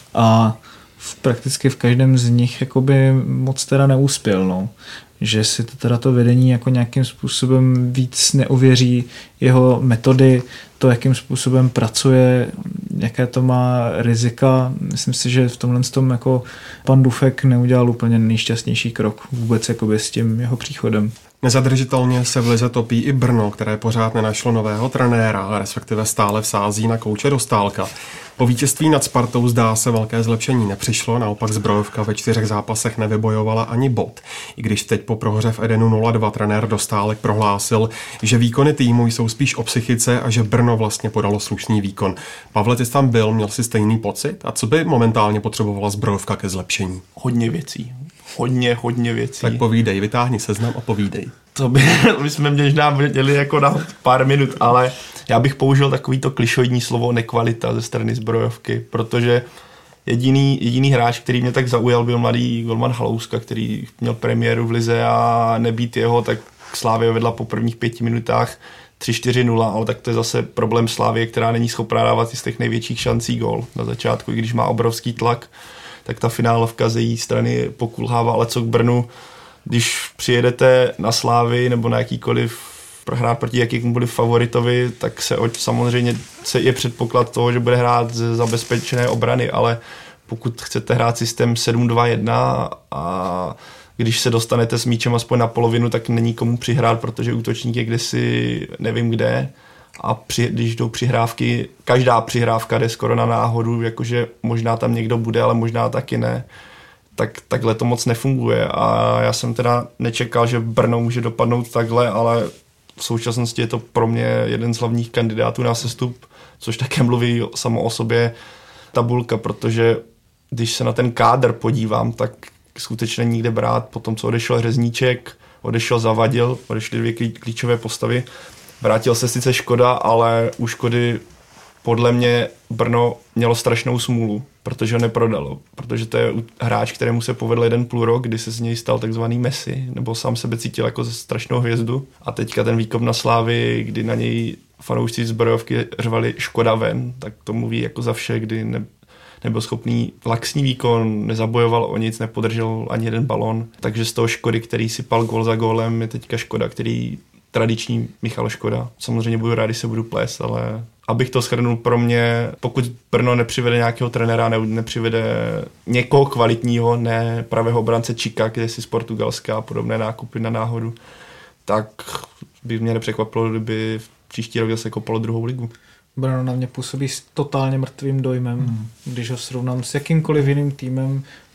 a v prakticky v každém z nich jakoby moc teda neuspěl, no. Že si to teda to vedení jako nějakým způsobem víc neuvěří jeho metody, to, jakým způsobem pracuje, jaké to má rizika. Myslím si, že v tomhle tom jako pan Dufek neudělal úplně nejšťastnější krok vůbec jakoby s tím jeho příchodem. Nezadržitelně se v lize topí i Brno, které pořád nenašlo nového trenéra, respektive stále vsází na kouče Dostálka. Po vítězství nad Spartou zdá se velké zlepšení nepřišlo, naopak Zbrojovka ve čtyřech zápasech nevybojovala ani bod. I když teď po prohře v Edenu nula dva trenér Dostálek prohlásil, že výkony týmu jsou spíš o psychice a že Brno vlastně podalo slušný výkon. Pavle, ty jsi tam byl, měl jsi stejný pocit? A co by momentálně potřebovala Zbrojovka ke zlepšení? Hodně věcí. Hodně, hodně věcí. Tak povídej, vytáhni seznam a povídej. To by, my jsme možná měli jako na pár minut, ale já bych použil takovýto klišoidní slovo nekvalita ze strany Zbrojovky, protože jediný, jediný hráč, který mě tak zaujal, byl mladý golman Halouska, který měl premiéru v lize a nebýt jeho, tak Slavia vedla po prvních pěti minutách tři čtyři nula, ale tak to je zase problém Slavie, která není schopná dávat z těch největších šancí gól na začátku, i když má obrovský tlak, tak ta finálovka ze její strany pokulhává, ale co k Brnu, když přijedete na Slávy nebo na jakýkoliv prohrát proti jakýmkoliv favoritovi, tak se oč, samozřejmě se je předpoklad toho, že bude hrát ze zabezpečené obrany, ale pokud chcete hrát systém sedm dva jedna a když se dostanete s míčem aspoň na polovinu, tak není komu přihrát, protože útočník je kdesi nevím kde a při, když jdou přihrávky, každá přihrávka jde skoro na náhodu, jakože možná tam někdo bude, ale možná taky ne. Tak takhle to moc nefunguje a já jsem teda nečekal, že Brno může dopadnout takhle, ale v současnosti je to pro mě jeden z hlavních kandidátů na sestup, což také mluví samo o sobě tabulka, protože když se na ten kádr podívám, tak skutečně nikde brát. Po tom, co odešel Řezníček, odešel Zavadil, odešly dvě klíčové postavy. Vrátil se sice Škoda, ale u Škody podle mě Brno mělo strašnou smůlu, protože ho neprodalo. Protože to je hráč, kterému se povedl jeden půl rok, kdy se z něj stal takzvaný Messi, nebo sám sebe cítil jako ze strašnou hvězdu. A teďka ten výkop na Slávy, kdy na něj fanoušci Zbrojovky řvali Škoda ven, tak to mluví jako za vše, kdy ne, nebyl schopný laxní výkon, nezabojoval o nic, nepodržel ani jeden balon. Takže z toho Škody, který sypal gól za gólem, je teďka Škoda, který tradiční Michal Škoda. Samozřejmě budu rád, když se budu plést, ale abych to shrnul, pro mě, pokud Brno nepřivede nějakého trenéra, ne, nepřivede někoho kvalitního, ne pravého obrance Čika, kde si z Portugalska a podobné nákupy na náhodu, tak by mě nepřekvapilo, kdyby v příští rok zase kopalo druhou ligu. Brno na mě působí s totálně mrtvým dojmem, hmm. když ho srovnám s jakýmkoliv jiným týmem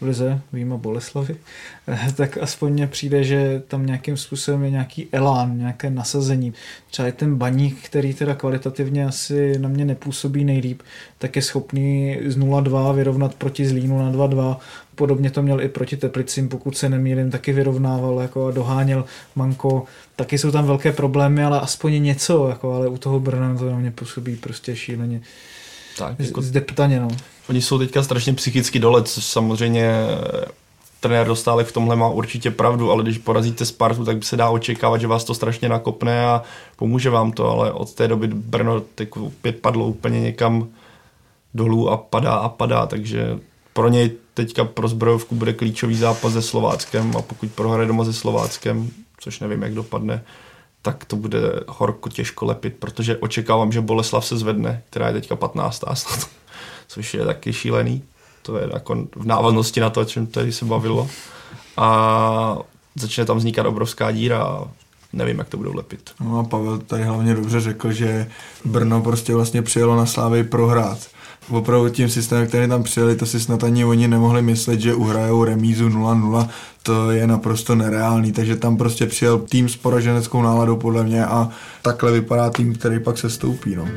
v lize, výjima Boleslavy, tak aspoň mně přijde, že tam nějakým způsobem je nějaký elán, nějaké nasazení. Třeba i ten Baník, který teda kvalitativně asi na mě nepůsobí nejlíp, tak je schopný z nula dva vyrovnat proti Zlínu na dva dva. Podobně to měl i proti Teplicím, pokud se nemýlím, taky vyrovnával jako a doháněl Manko. Taky jsou tam velké problémy, ale aspoň něco, jako, ale u toho Brna to na mě působí prostě šíleně. Tak, jako zdeptaně, no. Oni jsou teďka strašně psychicky dole, což samozřejmě trenér Dostálek v tomhle má určitě pravdu, ale když porazíte Spartu, tak by se dá očekávat, že vás to strašně nakopne a pomůže vám to, ale od té doby Brno teď opět padlo úplně někam dolů a padá a padá, takže pro něj teďka pro zbrojovku bude klíčový zápas se Slováckem a pokud prohraje doma se Slováckem, což nevím, jak dopadne, tak to bude horko těžko lepit, protože očekávám, že Boleslav se zvedne, která je teďka patnáctá snad, což je taky šílený. To je jako v návaznosti na to, o čem tady se bavilo. A začne tam vznikat obrovská díra a nevím, jak to budou lepit. No a Pavel tady hlavně dobře řekl, že Brno prostě vlastně přijelo na Slávy prohrát. Opravdu tím systémem, který tam přijeli, to si snad ani oni nemohli myslet, že uhrajou remízu nula nula, to je naprosto nereálný, takže tam prostě přijel tým s poraženeckou náladou podle mě a takhle vypadá tým, který pak se stoupí. No.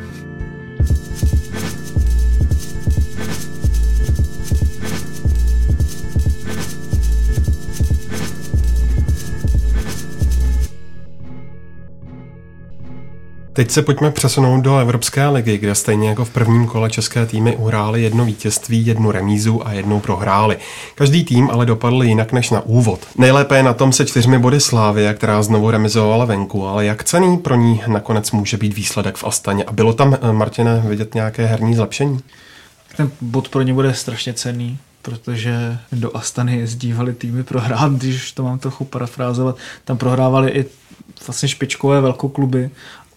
Teď se pojďme přesunout do Evropské ligy, kde stejně jako v prvním kole české týmy uhrály jedno vítězství, jednu remízu a jednou prohráli. Každý tým ale dopadl jinak než na úvod. Nejlépe je na tom se čtyřmi body Slavia, která znovu remizovala venku, ale jak cenný pro ní nakonec může být výsledek v Astaně? A bylo tam, Martine, vidět nějaké herní zlepšení? Ten bod pro ně bude strašně cenný, protože do Astany jezdívali týmy prohrát, když to mám trochu parafrázovat. Tam prohrávali i vlastně špičkové velkokluby.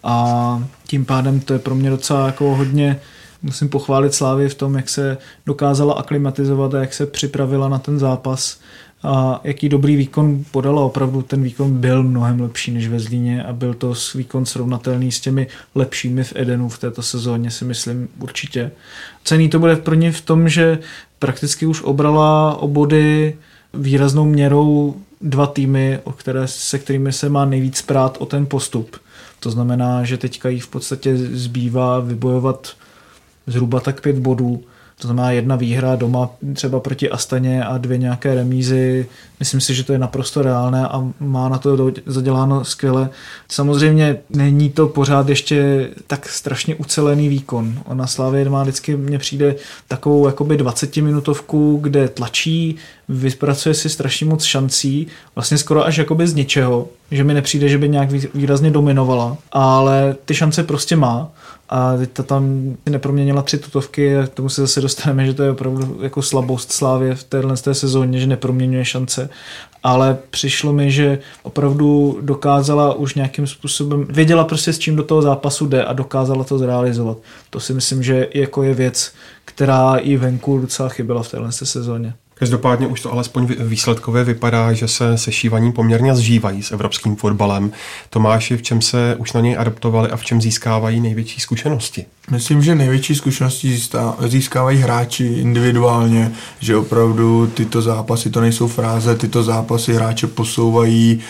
A tím pádem to je pro mě docela jako hodně, musím pochválit Slávii v tom, jak se dokázala aklimatizovat a jak se připravila na ten zápas a jaký dobrý výkon podala. Opravdu ten výkon byl mnohem lepší než ve Zlíně a byl to výkon srovnatelný s těmi lepšími v Edenu v této sezóně, si myslím určitě. Cenný to bude pro ně v tom, že prakticky už obrala o body výraznou měrou dva týmy, o které, se kterými se má nejvíc prát o ten postup. To znamená, že teďka jí v podstatě zbývá vybojovat zhruba tak pět bodů. To znamená jedna výhra doma třeba proti Astaně a dvě nějaké remízy. Myslím si, že to je naprosto reálné a má na to zaděláno skvěle. Samozřejmě není to pořád ještě tak strašně ucelený výkon. Ona Slavia má vždycky, mně přijde takovou jakoby dvacetiminutovku, kde tlačí, vypracuje si strašně moc šancí, vlastně skoro až jakoby z ničeho, že mi nepřijde, že by nějak výrazně dominovala, ale ty šance prostě má. A teď to tam neproměnila tři tutovky a k tomu se zase dostaneme, že to je opravdu jako slabost Slávie v téhle té sezóně, že neproměňuje šance. Ale přišlo mi, že opravdu dokázala už nějakým způsobem, věděla prostě s čím do toho zápasu jde a dokázala to zrealizovat. To si myslím, že jako je věc, která i venku docela chyběla v téhle sezóně. Každopádně už to alespoň výsledkově vypadá, že se sešívaní poměrně zžívají s evropským fotbalem. Tomáši, v čem se už na něj adaptovali a v čem získávají největší zkušenosti? Myslím, že největší zkušenosti získávají hráči individuálně, že opravdu tyto zápasy, to nejsou fráze, tyto zápasy hráče posouvají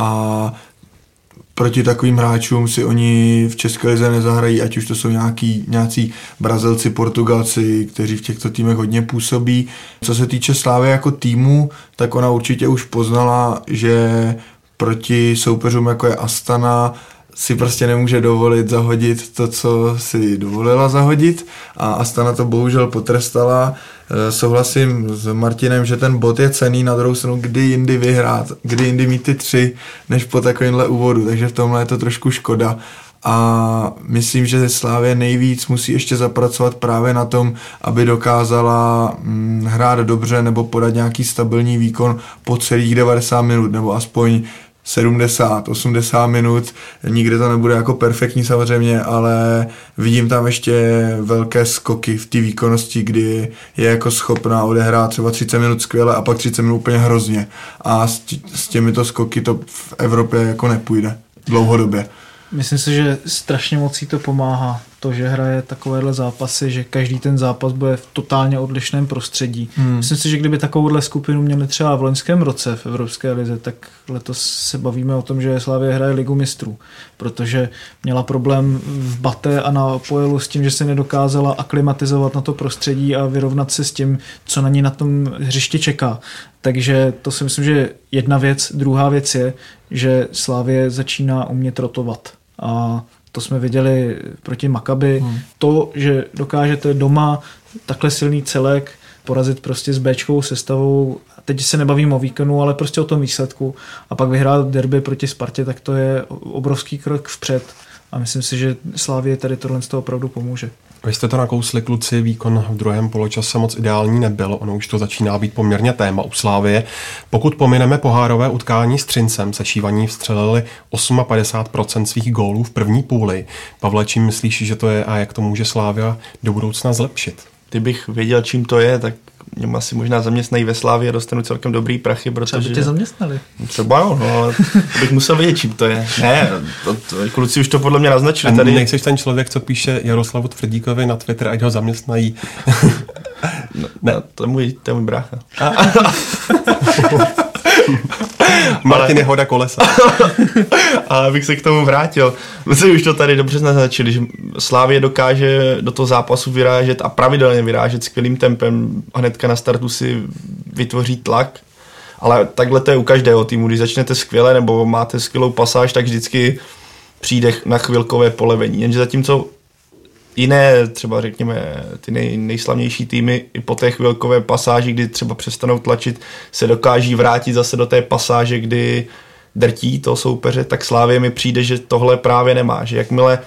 a proti takovým hráčům si oni v České lize nezahrají, ať už to jsou nějaký, nějací Brazilci, Portugalci, kteří v těchto týmech hodně působí. Co se týče Slávy jako týmu, tak ona určitě už poznala, že proti soupeřům jako je Astana si prostě nemůže dovolit zahodit to, co si dovolila zahodit a Astana to bohužel potrestala. Souhlasím s Martinem, že ten bod je cenný, na druhou stranu kdy jindy vyhrát, kdy jindy mít ty tři, než po takovémhle úvodu, takže v tomhle je to trošku škoda. A myslím, že Slavia nejvíc musí ještě zapracovat právě na tom, aby dokázala hm, hrát dobře nebo podat nějaký stabilní výkon po celých devadesát minut, nebo aspoň sedmdesát, osmdesát minut, nikdy to nebude jako perfektní samozřejmě, ale vidím tam ještě velké skoky v té výkonnosti, kdy je jako schopná odehrát třeba třicet minut skvěle a pak třicet minut úplně hrozně. A s, tí, s těmito skoky to v Evropě jako nepůjde dlouhodobě. Myslím si, že strašně moc jí to pomáhá to, že hraje takovéhle zápasy, že každý ten zápas bude v totálně odlišném prostředí. Hmm. Myslím si, že kdyby takovouhle skupinu měli třeba v loňském roce v Evropské lize, tak letos se bavíme o tom, že Slavia hraje Ligu mistrů, protože měla problém v Bate a na Poelu s tím, že se nedokázala aklimatizovat na to prostředí a vyrovnat se s tím, co na ní na tom hřišti čeká. Takže to si myslím, že jedna věc. Druhá věc je, že Slavie začíná umět rotovat. A to jsme viděli proti Maccabi. Hmm. To, že dokážete doma takhle silný celek porazit prostě s béčkovou sestavou, teď se nebavím o výkonu, ale prostě o tom výsledku, a pak vyhrát derby proti Spartě, tak to je obrovský krok vpřed. A myslím si, že Slavii tady tohle z toho opravdu pomůže. Vy jste to nakousli, kluci, výkon v druhém poločase moc ideální nebyl, ono už to začíná být poměrně téma u Slavie. Pokud pomineme pohárové utkání s Třincem, sešívaní vstřelili padesát osm procent svých gólů v první půli. Pavle, čím myslíš, že to je a jak to může Slavia do budoucna zlepšit? Kdybych věděl, čím to je, tak mě asi možná zaměstnají ve Slavii a dostanu celkem dobrý prachy, protože... Třeba by tě zaměstnali. Třeba jo, no, ale bych musel vědět, čím to je. Ne, to, to, kluci už to podle mě naznačili. A tady... nejseš ten člověk, co píše Jaroslavu Tvrdíkovi na Twitter, ať ho zaměstnají? No, ne, to je můj, to je můj brácha. Martin je hoda kolesa. Ale abych se k tomu vrátil. Kluci už to tady dobře naznačili, že Slavie dokáže do toho zápasu vyrážet a pravidelně vyrážet skvělým tempem. Hnedka na startu si vytvoří tlak. Ale takhle to je u každého týmu. Když začnete skvěle nebo máte skvělou pasáž, tak vždycky přijde na chvilkové polevení. Jenže zatímco jiné, třeba řekněme, ty nej, nejslavnější týmy i po té chvilkové pasáži, kdy třeba přestanou tlačit, se dokáží vrátit zase do té pasáže, kdy drtí toho soupeře, tak Slavie mi přijde, že tohle právě nemá. Že jakmile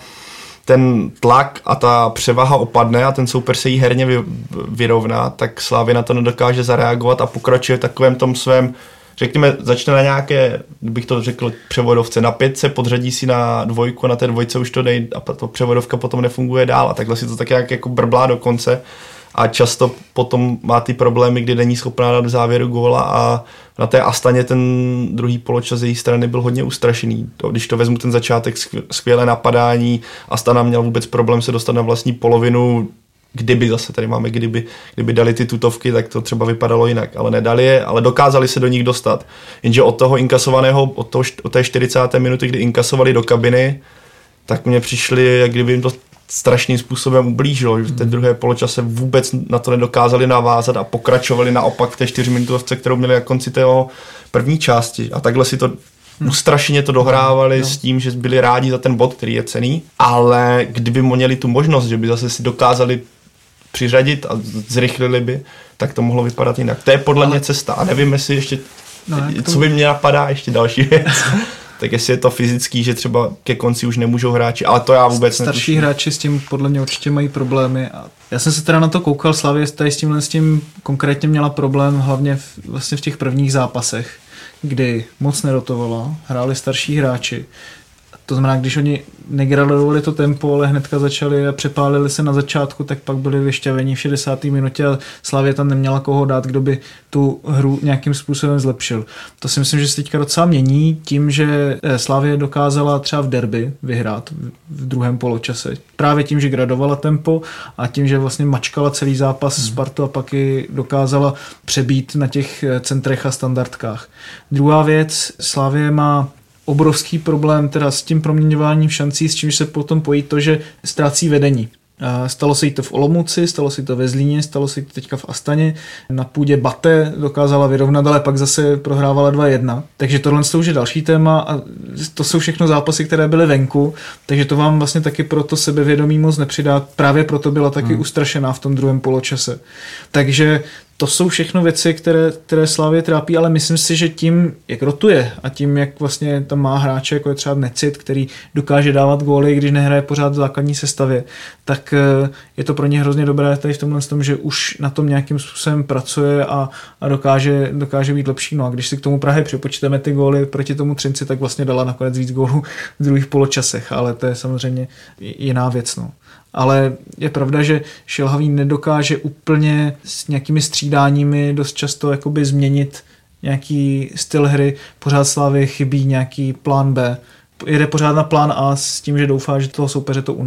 ten tlak a ta převaha opadne a ten soupeř se jí herně vy, vyrovná, tak Slavie na to nedokáže zareagovat a pokračuje v takovém tom svém, řekněme, začne na nějaké, bych to řekl, převodovce na pětce, podřadí si na dvojku a na té dvojce už to nejde a ta převodovka potom nefunguje dál a takhle si to tak jak jako brblá do konce a často potom má ty problémy, kdy není schopná dát v závěru góla a na té Astaně ten druhý poločas z její strany byl hodně ustrašený. To, když to vezmu ten začátek, skvělé napadání, Astana měl vůbec problém se dostat na vlastní polovinu, kdyby zase tady máme, kdyby, kdyby dali ty tutovky, tak to třeba vypadalo jinak, ale nedali je, ale dokázali se do nich dostat. Jenže od toho inkasovaného, od, toho, od té čtyřicáté minuty, kdy inkasovali do kabiny, tak mně přišli, jak kdyby jim to strašným způsobem ublížilo, že v té druhé poločase vůbec na to nedokázali navázat a pokračovali naopak v té čtyřminutovce, kterou měli na konci tého první části. A takhle si to ustrašeně to dohrávali no. s tím, že byli rádi za ten bod, který je cenný, ale kdyby měli tu možnost, že by zase si dokázali přiřadit a zrychlili by, tak to mohlo vypadat jinak. To je podle ale... mě cesta a nevím, jestli ještě, no, co by mě napadá, ještě další věc. Tak jestli je to fyzický, že třeba ke konci už nemůžou hráči, ale to já vůbec Starší netuším. hráči s tím podle mě určitě mají problémy. A já jsem se teda na to koukal, Slavie tady s tímhle s tím konkrétně měla problém hlavně v, vlastně v těch prvních zápasech, kdy moc nerotovala, hráli starší hráči. To znamená, když oni negraduovali to tempo, ale hnedka začali a přepálili se na začátku, tak pak byli vyšťavení v šedesáté minutě a Slavie tam neměla koho dát, kdo by tu hru nějakým způsobem zlepšil. To si myslím, že se teďka docela mění tím, že Slavie dokázala třeba v derby vyhrát v druhém poločase. Právě tím, že gradovala tempo a tím, že vlastně mačkala celý zápas hmm. Spartu a pak ji dokázala přebít na těch centrech a standardkách. Druhá věc, Slavie má obrovský problém teda s tím proměňováním šancí, s čímž se potom pojí to, že ztrácí vedení. Stalo se jí to v Olomouci, stalo se jí to ve Zlíně, stalo se jí to teďka v Astaně. Na půdě Bate dokázala vyrovnat, ale pak zase prohrávala dva jedna. Takže tohle už je další téma a to jsou všechno zápasy, které byly venku, takže to vám vlastně taky pro to sebevědomí moc nepřidá. Právě proto byla taky hmm. ustrašená v tom druhém poločase. Takže to jsou všechno věci, které, které Slavie trápí, ale myslím si, že tím, jak rotuje a tím, jak vlastně tam má hráče, jako je třeba Necit, který dokáže dávat góly, když nehraje pořád v základní sestavě, tak je to pro ně hrozně dobré tady v tomhle tom, že už na tom nějakým způsobem pracuje a, a dokáže, dokáže být lepší. No a když si k tomu Prahy připočteme ty góly proti tomu Třinci, tak vlastně dala nakonec víc gólů v druhých poločasech, ale to je samozřejmě jiná věc. No. Ale je pravda, že Šilhavý nedokáže úplně s nějakými střídáními dost často jakoby změnit nějaký styl hry. Pořád Slavii chybí nějaký plán B. Jede pořád na plán A s tím, že doufá, že toho soupeře to unaví.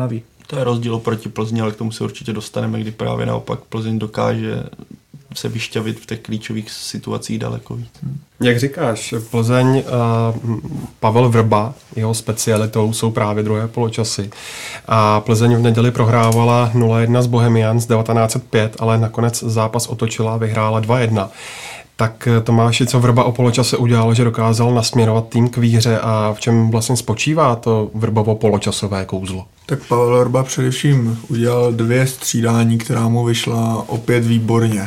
To je rozdíl proti Plzni, ale k tomu se určitě dostaneme, kdy právě naopak Plzeň dokáže se vyšťavit v těch klíčových situacích daleko víc. Jak říkáš, Plzeň, Pavel Vrba, jeho specialitou jsou právě druhé poločasy. A Plzeň v neděli prohrávala nula jedna s Bohemians devatenáct set pět, ale nakonec zápas otočila a vyhrála dva jedna. Tak Tomáši, co Vrba o poločase udělal, že dokázal nasměrovat tým k výhře a v čem vlastně spočívá to Vrbovo poločasové kouzlo? Tak Pavel Vrba především udělal dvě střídání, která mu vyšla opět výborně.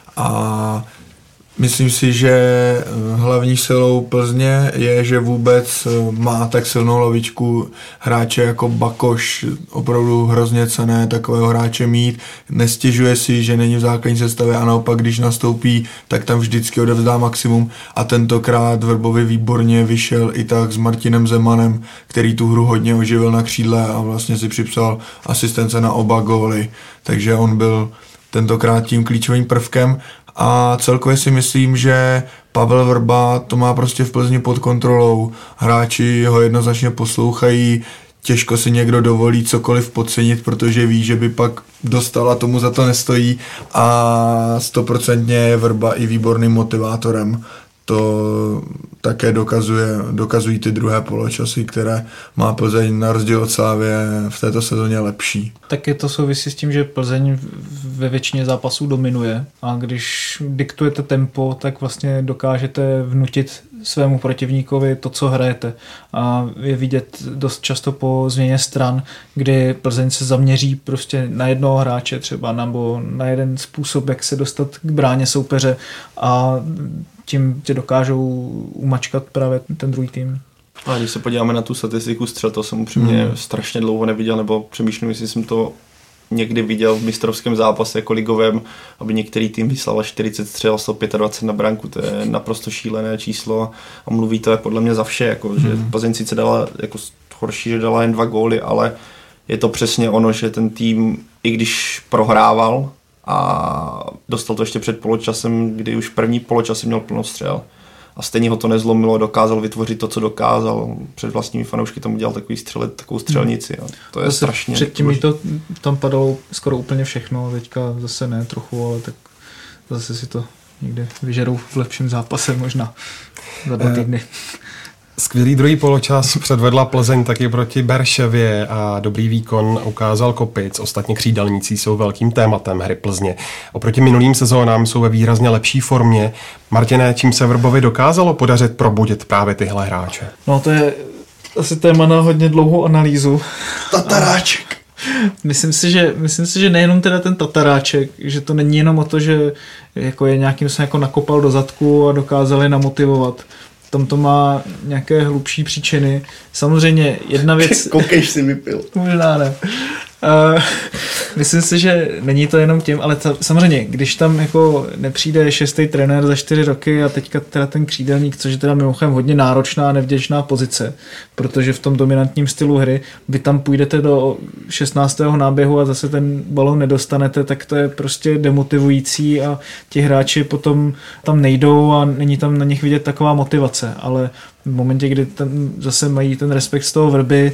A myslím si, že hlavní silou Plzně je, že vůbec má tak silnou lavičku hráče jako Bakoš, opravdu hrozně cenné takového hráče mít. Nestěžuje si, že není v základní sestavě a naopak, když nastoupí, tak tam vždycky odevzdá maximum a tentokrát Vrbovi výborně vyšel i tak s Martinem Zemanem, který tu hru hodně oživil na křídle a vlastně si připsal asistence na oba góly, takže on byl tentokrát tím klíčovým prvkem a celkově si myslím, že Pavel Vrba to má prostě v Plzni pod kontrolou. Hráči ho jednoznačně poslouchají, těžko si někdo dovolí cokoliv podcenit, protože ví, že by pak dostal a tomu za to nestojí a stoprocentně je Vrba i výborným motivátorem. To také dokazuje, dokazují ty druhé poločasy, které má Plzeň na rozdíl od Slávie v této sezóně lepší. Taky to souvisí s tím, že Plzeň ve většině zápasů dominuje a když diktujete tempo, tak vlastně dokážete vnutit svému protivníkovi to, co hrajete. A je vidět dost často po změně stran, kdy Plzeň se zaměří prostě na jednoho hráče třeba nebo na jeden způsob, jak se dostat k bráně soupeře a tím tě dokážou umačkat právě ten druhý tým. A když se podíváme na tu statistiku střel, to jsem upřímně hmm. strašně dlouho neviděl, nebo přemýšlím, jestli jsem to někdy viděl v mistrovském zápase jako ligovém, aby některý tým vyslal čtyřicet střel, sto dvacet pět na branku, to je naprosto šílené číslo a mluví to je podle mě za vše, jako, hmm. že Plzeň sice dala jako horší, že dala jen dva góly, ale je to přesně ono, že ten tým, i když prohrával, a dostal to ještě před poločasem, kdy už první poločasem měl plno střel. A stejně ho to nezlomilo, dokázal vytvořit to, co dokázal. Před vlastními fanoušky tam udělal takový střelet, takovou střelnici. A to je zase strašně... Předtím mi to tam padalo skoro úplně všechno, teďka zase ne trochu, ale tak zase si to někde vyžerou v lepším zápase možná za dva týdny. Skvělý druhý poločas předvedla Plzeň taky proti Berševě a dobrý výkon ukázal Kopic. Ostatně křídelníci jsou velkým tématem hry Plzně. Oproti minulým sezónám jsou ve výrazně lepší formě. Martine, čím se Vrbovi dokázalo podařit probudit právě tyhle hráče? No to je asi téma na hodně dlouhou analýzu. Tataráček. Myslím si, že, myslím si, že nejenom teda ten Tataráček, že to není jenom o to, že jako je nějakým se jako nakopal do zadku a dokázal je namotivovat. Tam to má nějaké hlubší příčiny. Samozřejmě jedna věc... Koukejš si vypil. Možná ne. Uh, myslím si, že není to jenom tím, ale ta, samozřejmě, když tam jako nepřijde šestý trenér za čtyři roky a teďka teda ten křídelník, což je teda mimochodem hodně náročná a nevděčná pozice, protože v tom dominantním stylu hry vy tam půjdete do šestnáctého náběhu a zase ten balón nedostanete, tak to je prostě demotivující a ti hráči potom tam nejdou a není tam na nich vidět taková motivace, ale v momentě, kdy ten, zase mají ten respekt z toho Vrby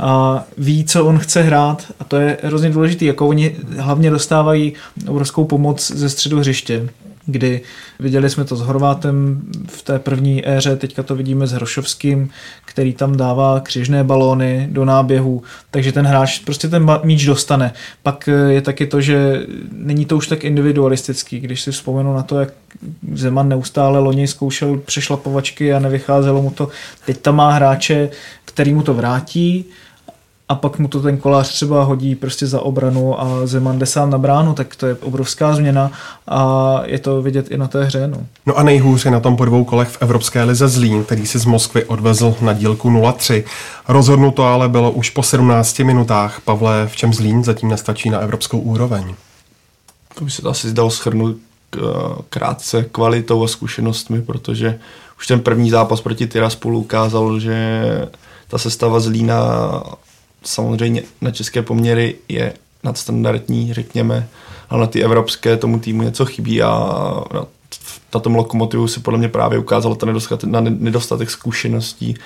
a ví, co on chce hrát a to je hrozně důležitý, jako oni hlavně dostávají obrovskou pomoc ze středu hřiště, kdy viděli jsme to s Horvátem v té první éře, teďka to vidíme s Hrošovským, který tam dává křižné balóny do náběhu, takže ten hráč prostě ten míč dostane. Pak je taky to, že není to už tak individualistický, když si vzpomenu na to, jak Zeman neustále loni zkoušel přešlapovačky a nevycházelo mu to. Teď tam má hráče, který mu to vrátí a pak mu to ten kolář třeba hodí prostě za obranu a Zeman jde sám na bránu, tak to je obrovská změna a je to vidět i na té hře. No, no a nejhůř je na tom po dvou kolech v Evropské lize Zlín, který si z Moskvy odvezl na dílku nula tři. Rozhodnuto ale bylo už po sedmnácti minutách. Pavle, v čem Zlín zatím nestačí na evropskou úroveň? To by se to asi zdalo shrnout krátce kvalitou a zkušenostmi, protože už ten první zápas proti Tiraspolu ukázal, že ta sestava Zlína samozřejmě na české poměry je nadstandardní, řekněme, ale na ty evropské tomu týmu něco chybí a na, na tom Lokomotivu se podle mě právě ukázalo ten nedostatek, na nedostatek zkušeností,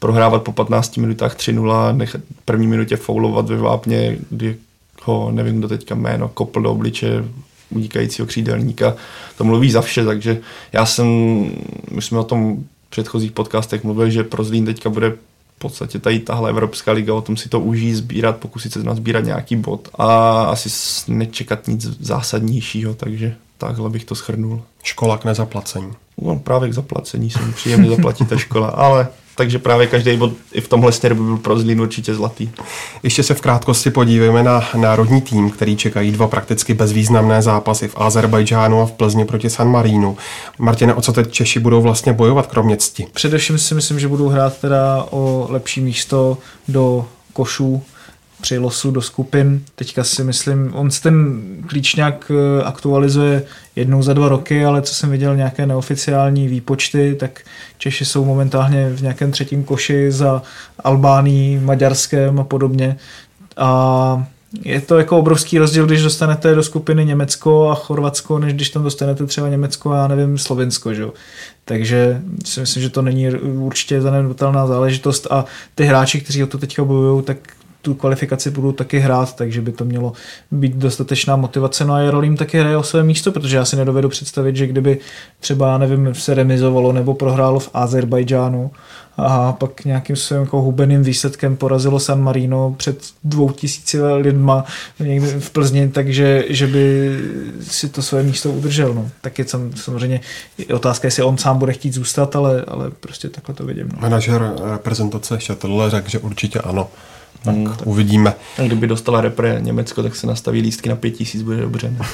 prohrávat po patnácti minutách tři nula, nechat první minutě foulovat ve vápně, kdy ho, nevím kdo teďka jméno, kopl do obliče unikajícího křídelníka. To mluví za vše, takže já jsem, my jsme o tom v předchozích podcastech mluvili, že pro Zlín teďka bude v podstatě tady tahle Evropská liga, o tom si to užít, sbírat, pokusit se nazbírat nějaký bod a asi nečekat nic zásadnějšího, takže takhle bych to shrnul. Škola k nezaplacení. No, právě k zaplacení se mi příjemně zaplatí ta škola, ale takže právě každý bod i v tomhle směru by byl pro Zlín určitě zlatý. Ještě se v krátkosti podívejme na národní tým, který čekají dva prakticky bezvýznamné zápasy v Azerbajdžánu a v Plzni proti San Marínu. Martine, o co teď Češi budou vlastně bojovat kromě cti? Především si myslím, že budou hrát teda o lepší místo do košů při losu do skupin. Teďka si myslím, on se ten klíč nějak aktualizuje jednou za dva roky, ale co jsem viděl nějaké neoficiální výpočty, tak Češi jsou momentálně v nějakém třetím koši za Albánií, Maďarskem a podobně. A je to jako obrovský rozdíl, když dostanete do skupiny Německo a Chorvatsko, než když tam dostanete třeba Německo a já nevím, Slovinsko, že? Takže si myslím, že to není určitě zanedbatelná záležitost a ty hráči, kteří o to teďka bojují, tak tu kvalifikaci budou taky hrát, takže by to mělo být dostatečná motivace. No a Jarolím taky hraje o své místo, protože já si nedovedu představit, že kdyby třeba, nevím, se remizovalo nebo prohrálo v Azerbajdžánu a pak nějakým svým jako hubeným výsledkem porazilo San Marino před dvou tisíci lidma někde v Plzni, takže že by si to své místo udržel. No. Tak je samozřejmě otázka, jestli on sám bude chtít zůstat, ale, ale prostě takhle to vidím. No. Manažer reprezentace Šatl řekl, že určitě ano. Tak, hmm, tak uvidíme. A kdyby dostala repre Německo, tak se nastaví lístky na pět tisíc, bude dobře. Ne?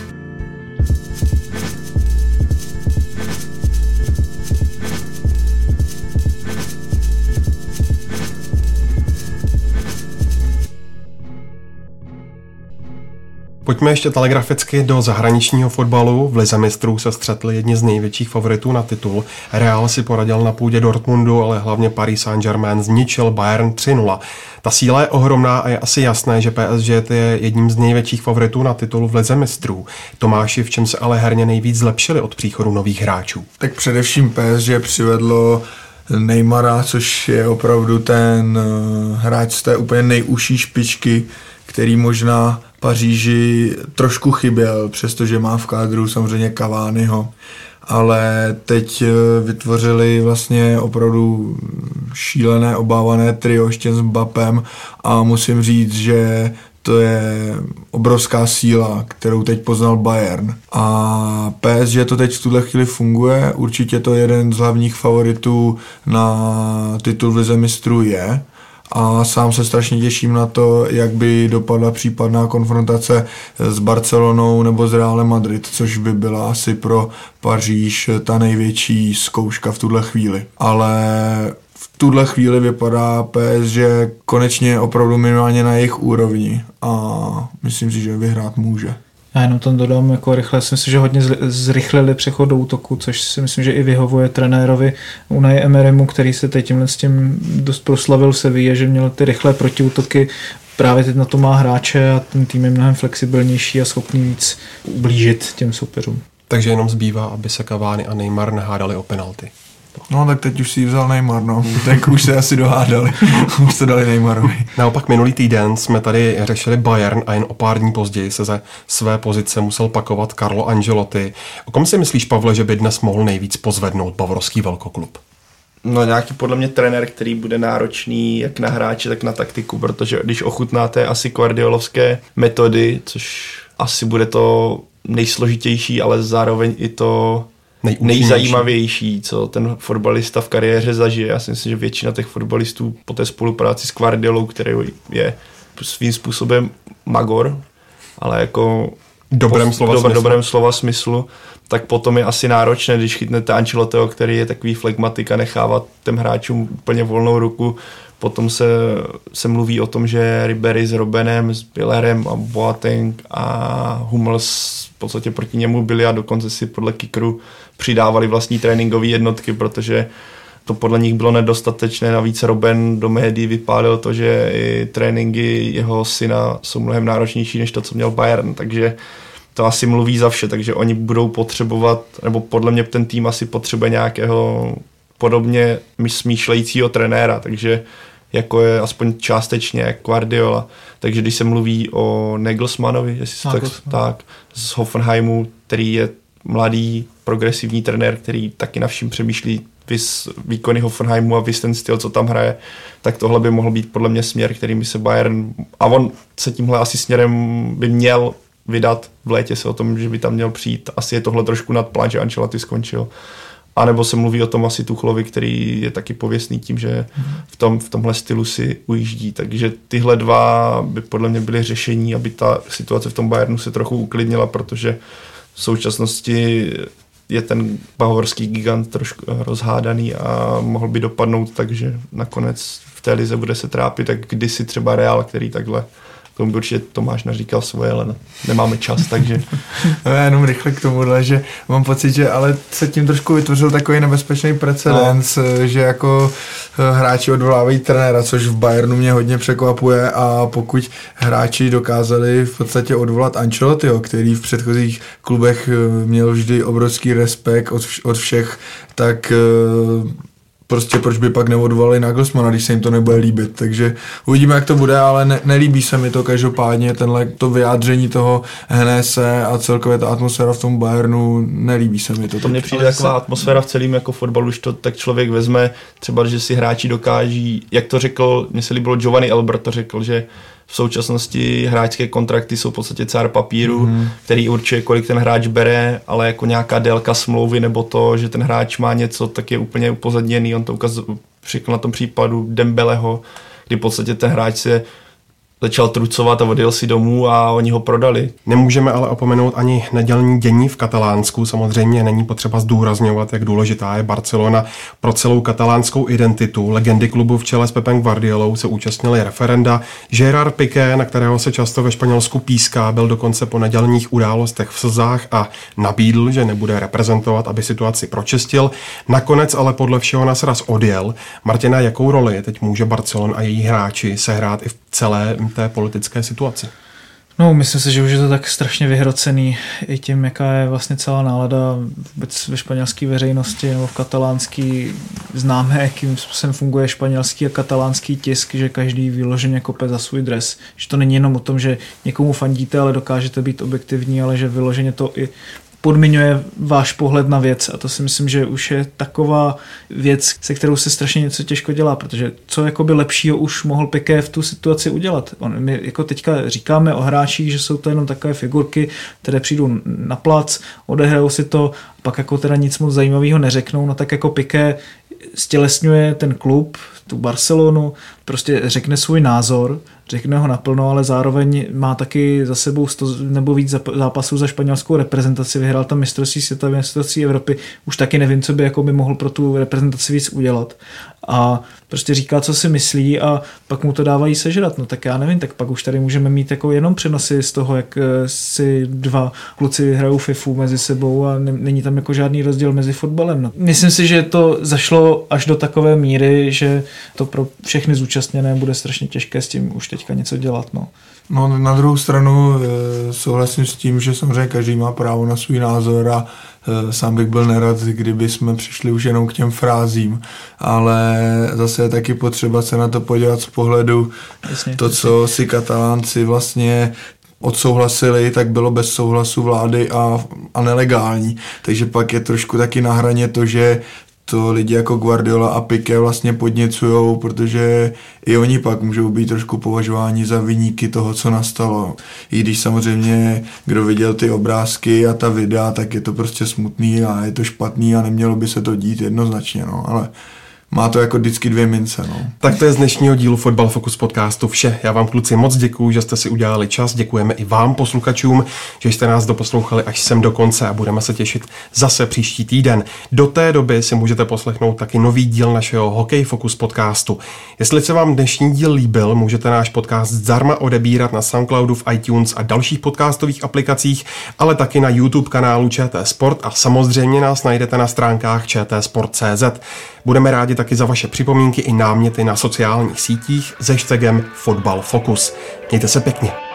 Pojďme ještě telegraficky do zahraničního fotbalu. V Lize mistrů se střetli jedni z největších favoritů na titul. Real si poradil na půdě Dortmundu, ale hlavně Paris Saint-Germain zničil Bayern tři nula. Ta síla je ohromná a je asi jasné, že P S G je jedním z největších favoritů na titul v Lize mistrů. Tomáši, v čem se ale herně nejvíc zlepšili od příchodu nových hráčů? Tak především P S G přivedlo Neymara, což je opravdu ten hráč z té úplně nejužší špičky, který možná Paříži trošku chyběl, přestože má v kádru samozřejmě Cavaniho, ale teď vytvořili vlastně opravdu šílené, obávané trio ještě s Mbappem a musím říct, že to je obrovská síla, kterou teď poznal Bayern. A P S G to teď v tuhle chvíli funguje, určitě to jeden z hlavních favoritů na titul v Lize mistrů je. A sám se strašně těším na to, jak by dopadla případná konfrontace s Barcelonou nebo s Realem Madrid, což by byla asi pro Paříž ta největší zkouška v tuhle chvíli. Ale v tuhle chvíli vypadá P S G konečně opravdu minimálně na jejich úrovni a myslím si, že vyhrát může. Já jenom tam dodám jako rychle, si myslím, že hodně zrychlili přechod do útoku, což si myslím, že i vyhovuje trenérovi Unai Emerymu, který se teď tímhle s tím dost proslavil, se ví, že měl ty rychlé protiútoky, právě teď na to má hráče a ten tým je mnohem flexibilnější a schopný víc ublížit těm soupeřům. Takže jenom zbývá, aby se Cavani a Neymar nehádali o penalty. No tak teď už si ji vzal Neymar, no. Tak už se asi dohádali. Už se dali Neymarovi. Naopak minulý týden jsme tady řešili Bayern a jen o pár dní později se ze své pozice musel pakovat Carlo Ancelotti. O kom si myslíš, Pavle, že by dnes mohl nejvíc pozvednout bavorský velkoklub? No nějaký podle mě trenér, který bude náročný jak na hráče, tak na taktiku, protože když ochutnáte asi guardiolovské metody, což asi bude to nejsložitější, ale zároveň i to nejzajímavější, co ten fotbalista v kariéře zažije. Já si myslím, že většina těch fotbalistů po té spolupráci s Guardiolou, který je svým způsobem magor, ale jako dobrém slova, dob, smyslu. dobrém slova smyslu, tak potom je asi náročné, když chytnete Ancelottiho, který je takový flegmatik a nechává těm hráčům úplně volnou ruku. Potom se, se mluví o tom, že Ribéry s Robbenem, s Billerem a Boateng a Hummels v podstatě proti němu byli a dokonce si podle Kickeru přidávali vlastní tréninkové jednotky, protože to podle nich bylo nedostatečné. Navíc Robben do médií vypálil to, že i tréninky jeho syna jsou mnohem náročnější než to, co měl Bayern, takže to asi mluví za vše, takže oni budou potřebovat, nebo podle mě ten tým asi potřebuje nějakého podobně smýšlejícího trenéra, takže jako je aspoň částečně Guardiola. Takže když se mluví o Nagelsmannovi, jestli tak, tak, z Hoffenheimu, který je mladý, progresivní trenér, který taky na vším přemýšlí vys výkony Hoffenheimu a vys ten styl, co tam hraje, tak tohle by mohl být podle mě směr, kterým by se Bayern, a on se tímhle asi směrem by měl vydat v létě, se o tom, že by tam měl přijít. Asi je tohle trošku nad plán, že Ancelotti skončil. A nebo se mluví o tom asi Tuchlovi, který je taky pověstný tím, že v, tom, v tomhle stylu si ujíždí. Takže tyhle dva by podle mě byly řešení, aby ta situace v tom Bayernu se trochu uklidnila, protože v současnosti je ten bavorský gigant trošku rozhádaný a mohl by dopadnout tak, že nakonec v té lize bude se trápit, tak kdysi třeba Real, který takhle, tomu by určitě Tomáš naříkal svoje, ale nemáme čas, takže... Já jenom rychle k tomuhle, že mám pocit, že ale se tím trošku vytvořil takový nebezpečný precedens, no. Že jako hráči odvolávají trenéra, což v Bayernu mě hodně překvapuje, a pokud hráči dokázali v podstatě odvolat Ancelottiho, který v předchozích klubech měl vždy obrovský respekt od, od všech, tak prostě proč by pak neodvolali Nagelsmana, když se jim to nebude líbit. Takže uvidíme, jak to bude, ale ne, nelíbí se mi to každopádně, tenhle to vyjádření toho Henese a celkově ta atmosféra v tom Bayernu, nelíbí se mi to. To mně přijde taková atmosféra v celém jako fotbalu, už to tak člověk vezme, třeba, že si hráči dokáží, jak to řekl, mně se líbilo Giovanni Elber, to řekl, že v současnosti hráčské kontrakty jsou v podstatě cár papíru, mm-hmm. který určuje, kolik ten hráč bere, ale jako nějaká délka smlouvy nebo to, že ten hráč má něco, tak je úplně upozadněný. On to ukazuje na tom případu Dembeleho, kdy v podstatě ten hráč se začal trucovat a odjel si domů a oni ho prodali. Nemůžeme ale opomenout ani nedělní dění v Katalánsku. Samozřejmě není potřeba zdůrazňovat, jak důležitá je Barcelona pro celou katalánskou identitu. Legendy klubu v čele s Pepem Guardiolou se účastnili referenda. Gerard Piqué, na kterého se často ve Španělsku píská, byl dokonce po nedělních událostech v slzách a nabídl, že nebude reprezentovat, aby situaci pročistil. Nakonec ale podle všeho na sraz odjel. Martina, jakou roli teď může Barcelona a její hráči sehrát i v celé té politické situaci? No, myslím si, že už je to tak strašně vyhrocený i tím, jaká je vlastně celá nálada vůbec ve španělské veřejnosti nebo v katalánský. Známe, jakým způsobem funguje španělský a katalánský tisk, že každý vyloženě kope za svůj dres. Že to není jenom o tom, že někomu fandíte, ale dokážete být objektivní, ale že vyloženě to i podmiňuje váš pohled na věc, a to si myslím, že už je taková věc, se kterou se strašně něco těžko dělá, protože co jakoby lepšího už mohl Piqué v tu situaci udělat. On, my jako teďka říkáme o hráčích, že jsou to jenom takové figurky, které přijdou na plac, odehrajou si to, pak jako teda nic moc zajímavého neřeknou, no tak jako Piqué stělesňuje ten klub, tu Barcelonu, prostě řekne svůj názor, řekne ho naplno, ale zároveň má taky za sebou sto nebo víc zápasů za španělskou reprezentaci, vyhrál tam mistrovství světa, mistrovství Evropy, už taky nevím, co by jako by mohl pro tu reprezentaci víc udělat. A prostě říká, co si myslí, a pak mu to dávají sežrat. No tak já nevím, tak pak už tady můžeme mít jako jenom přenosy z toho, jak si dva kluci hrajou fifu mezi sebou a ne, není tam jako žádný rozdíl mezi fotbalem. No. Myslím si, že to zašlo až do takové míry, že to pro všechny zúčastněné bude strašně těžké s tím už teďka něco dělat. No. No, na druhou stranu e, souhlasím s tím, že samozřejmě každý má právo na svůj názor a e, sám bych byl nerad, kdyby jsme přišli už jenom k těm frázím, ale zase je taky potřeba se na to podívat z pohledu jasně, to, co si Katalánci vlastně odsouhlasili, tak bylo bez souhlasu vlády a, a nelegální. Takže pak je trošku taky na hraně to, že to lidi jako Guardiola a Piqué vlastně podněcujou, protože i oni pak můžou být trošku považováni za viníky toho, co nastalo. I když samozřejmě, kdo viděl ty obrázky a ta videa, tak je to prostě smutný a je to špatný a nemělo by se to dít jednoznačně, no, ale má to jako vždycky dvě mince. No. Tak to je z dnešního dílu Fotbal Focus podcastu vše. Já vám, kluci, moc děkuju, že jste si udělali čas. Děkujeme i vám, posluchačům, že jste nás doposlouchali až sem do konce, a budeme se těšit zase příští týden. Do té doby si můžete poslechnout taky nový díl našeho Hokej Focus podcastu. Jestli se vám dnešní díl líbil, můžete náš podcast zdarma odebírat na Soundcloudu, v iTunes a dalších podcastových aplikacích, ale taky na YouTube kanálu ČT Sport, a samozřejmě nás najdete na stránkách čtsport tečka cé zet. Budeme rádi taky za vaše připomínky i náměty na sociálních sítích s hashtagem Fotbal Focus. Mějte se pěkně.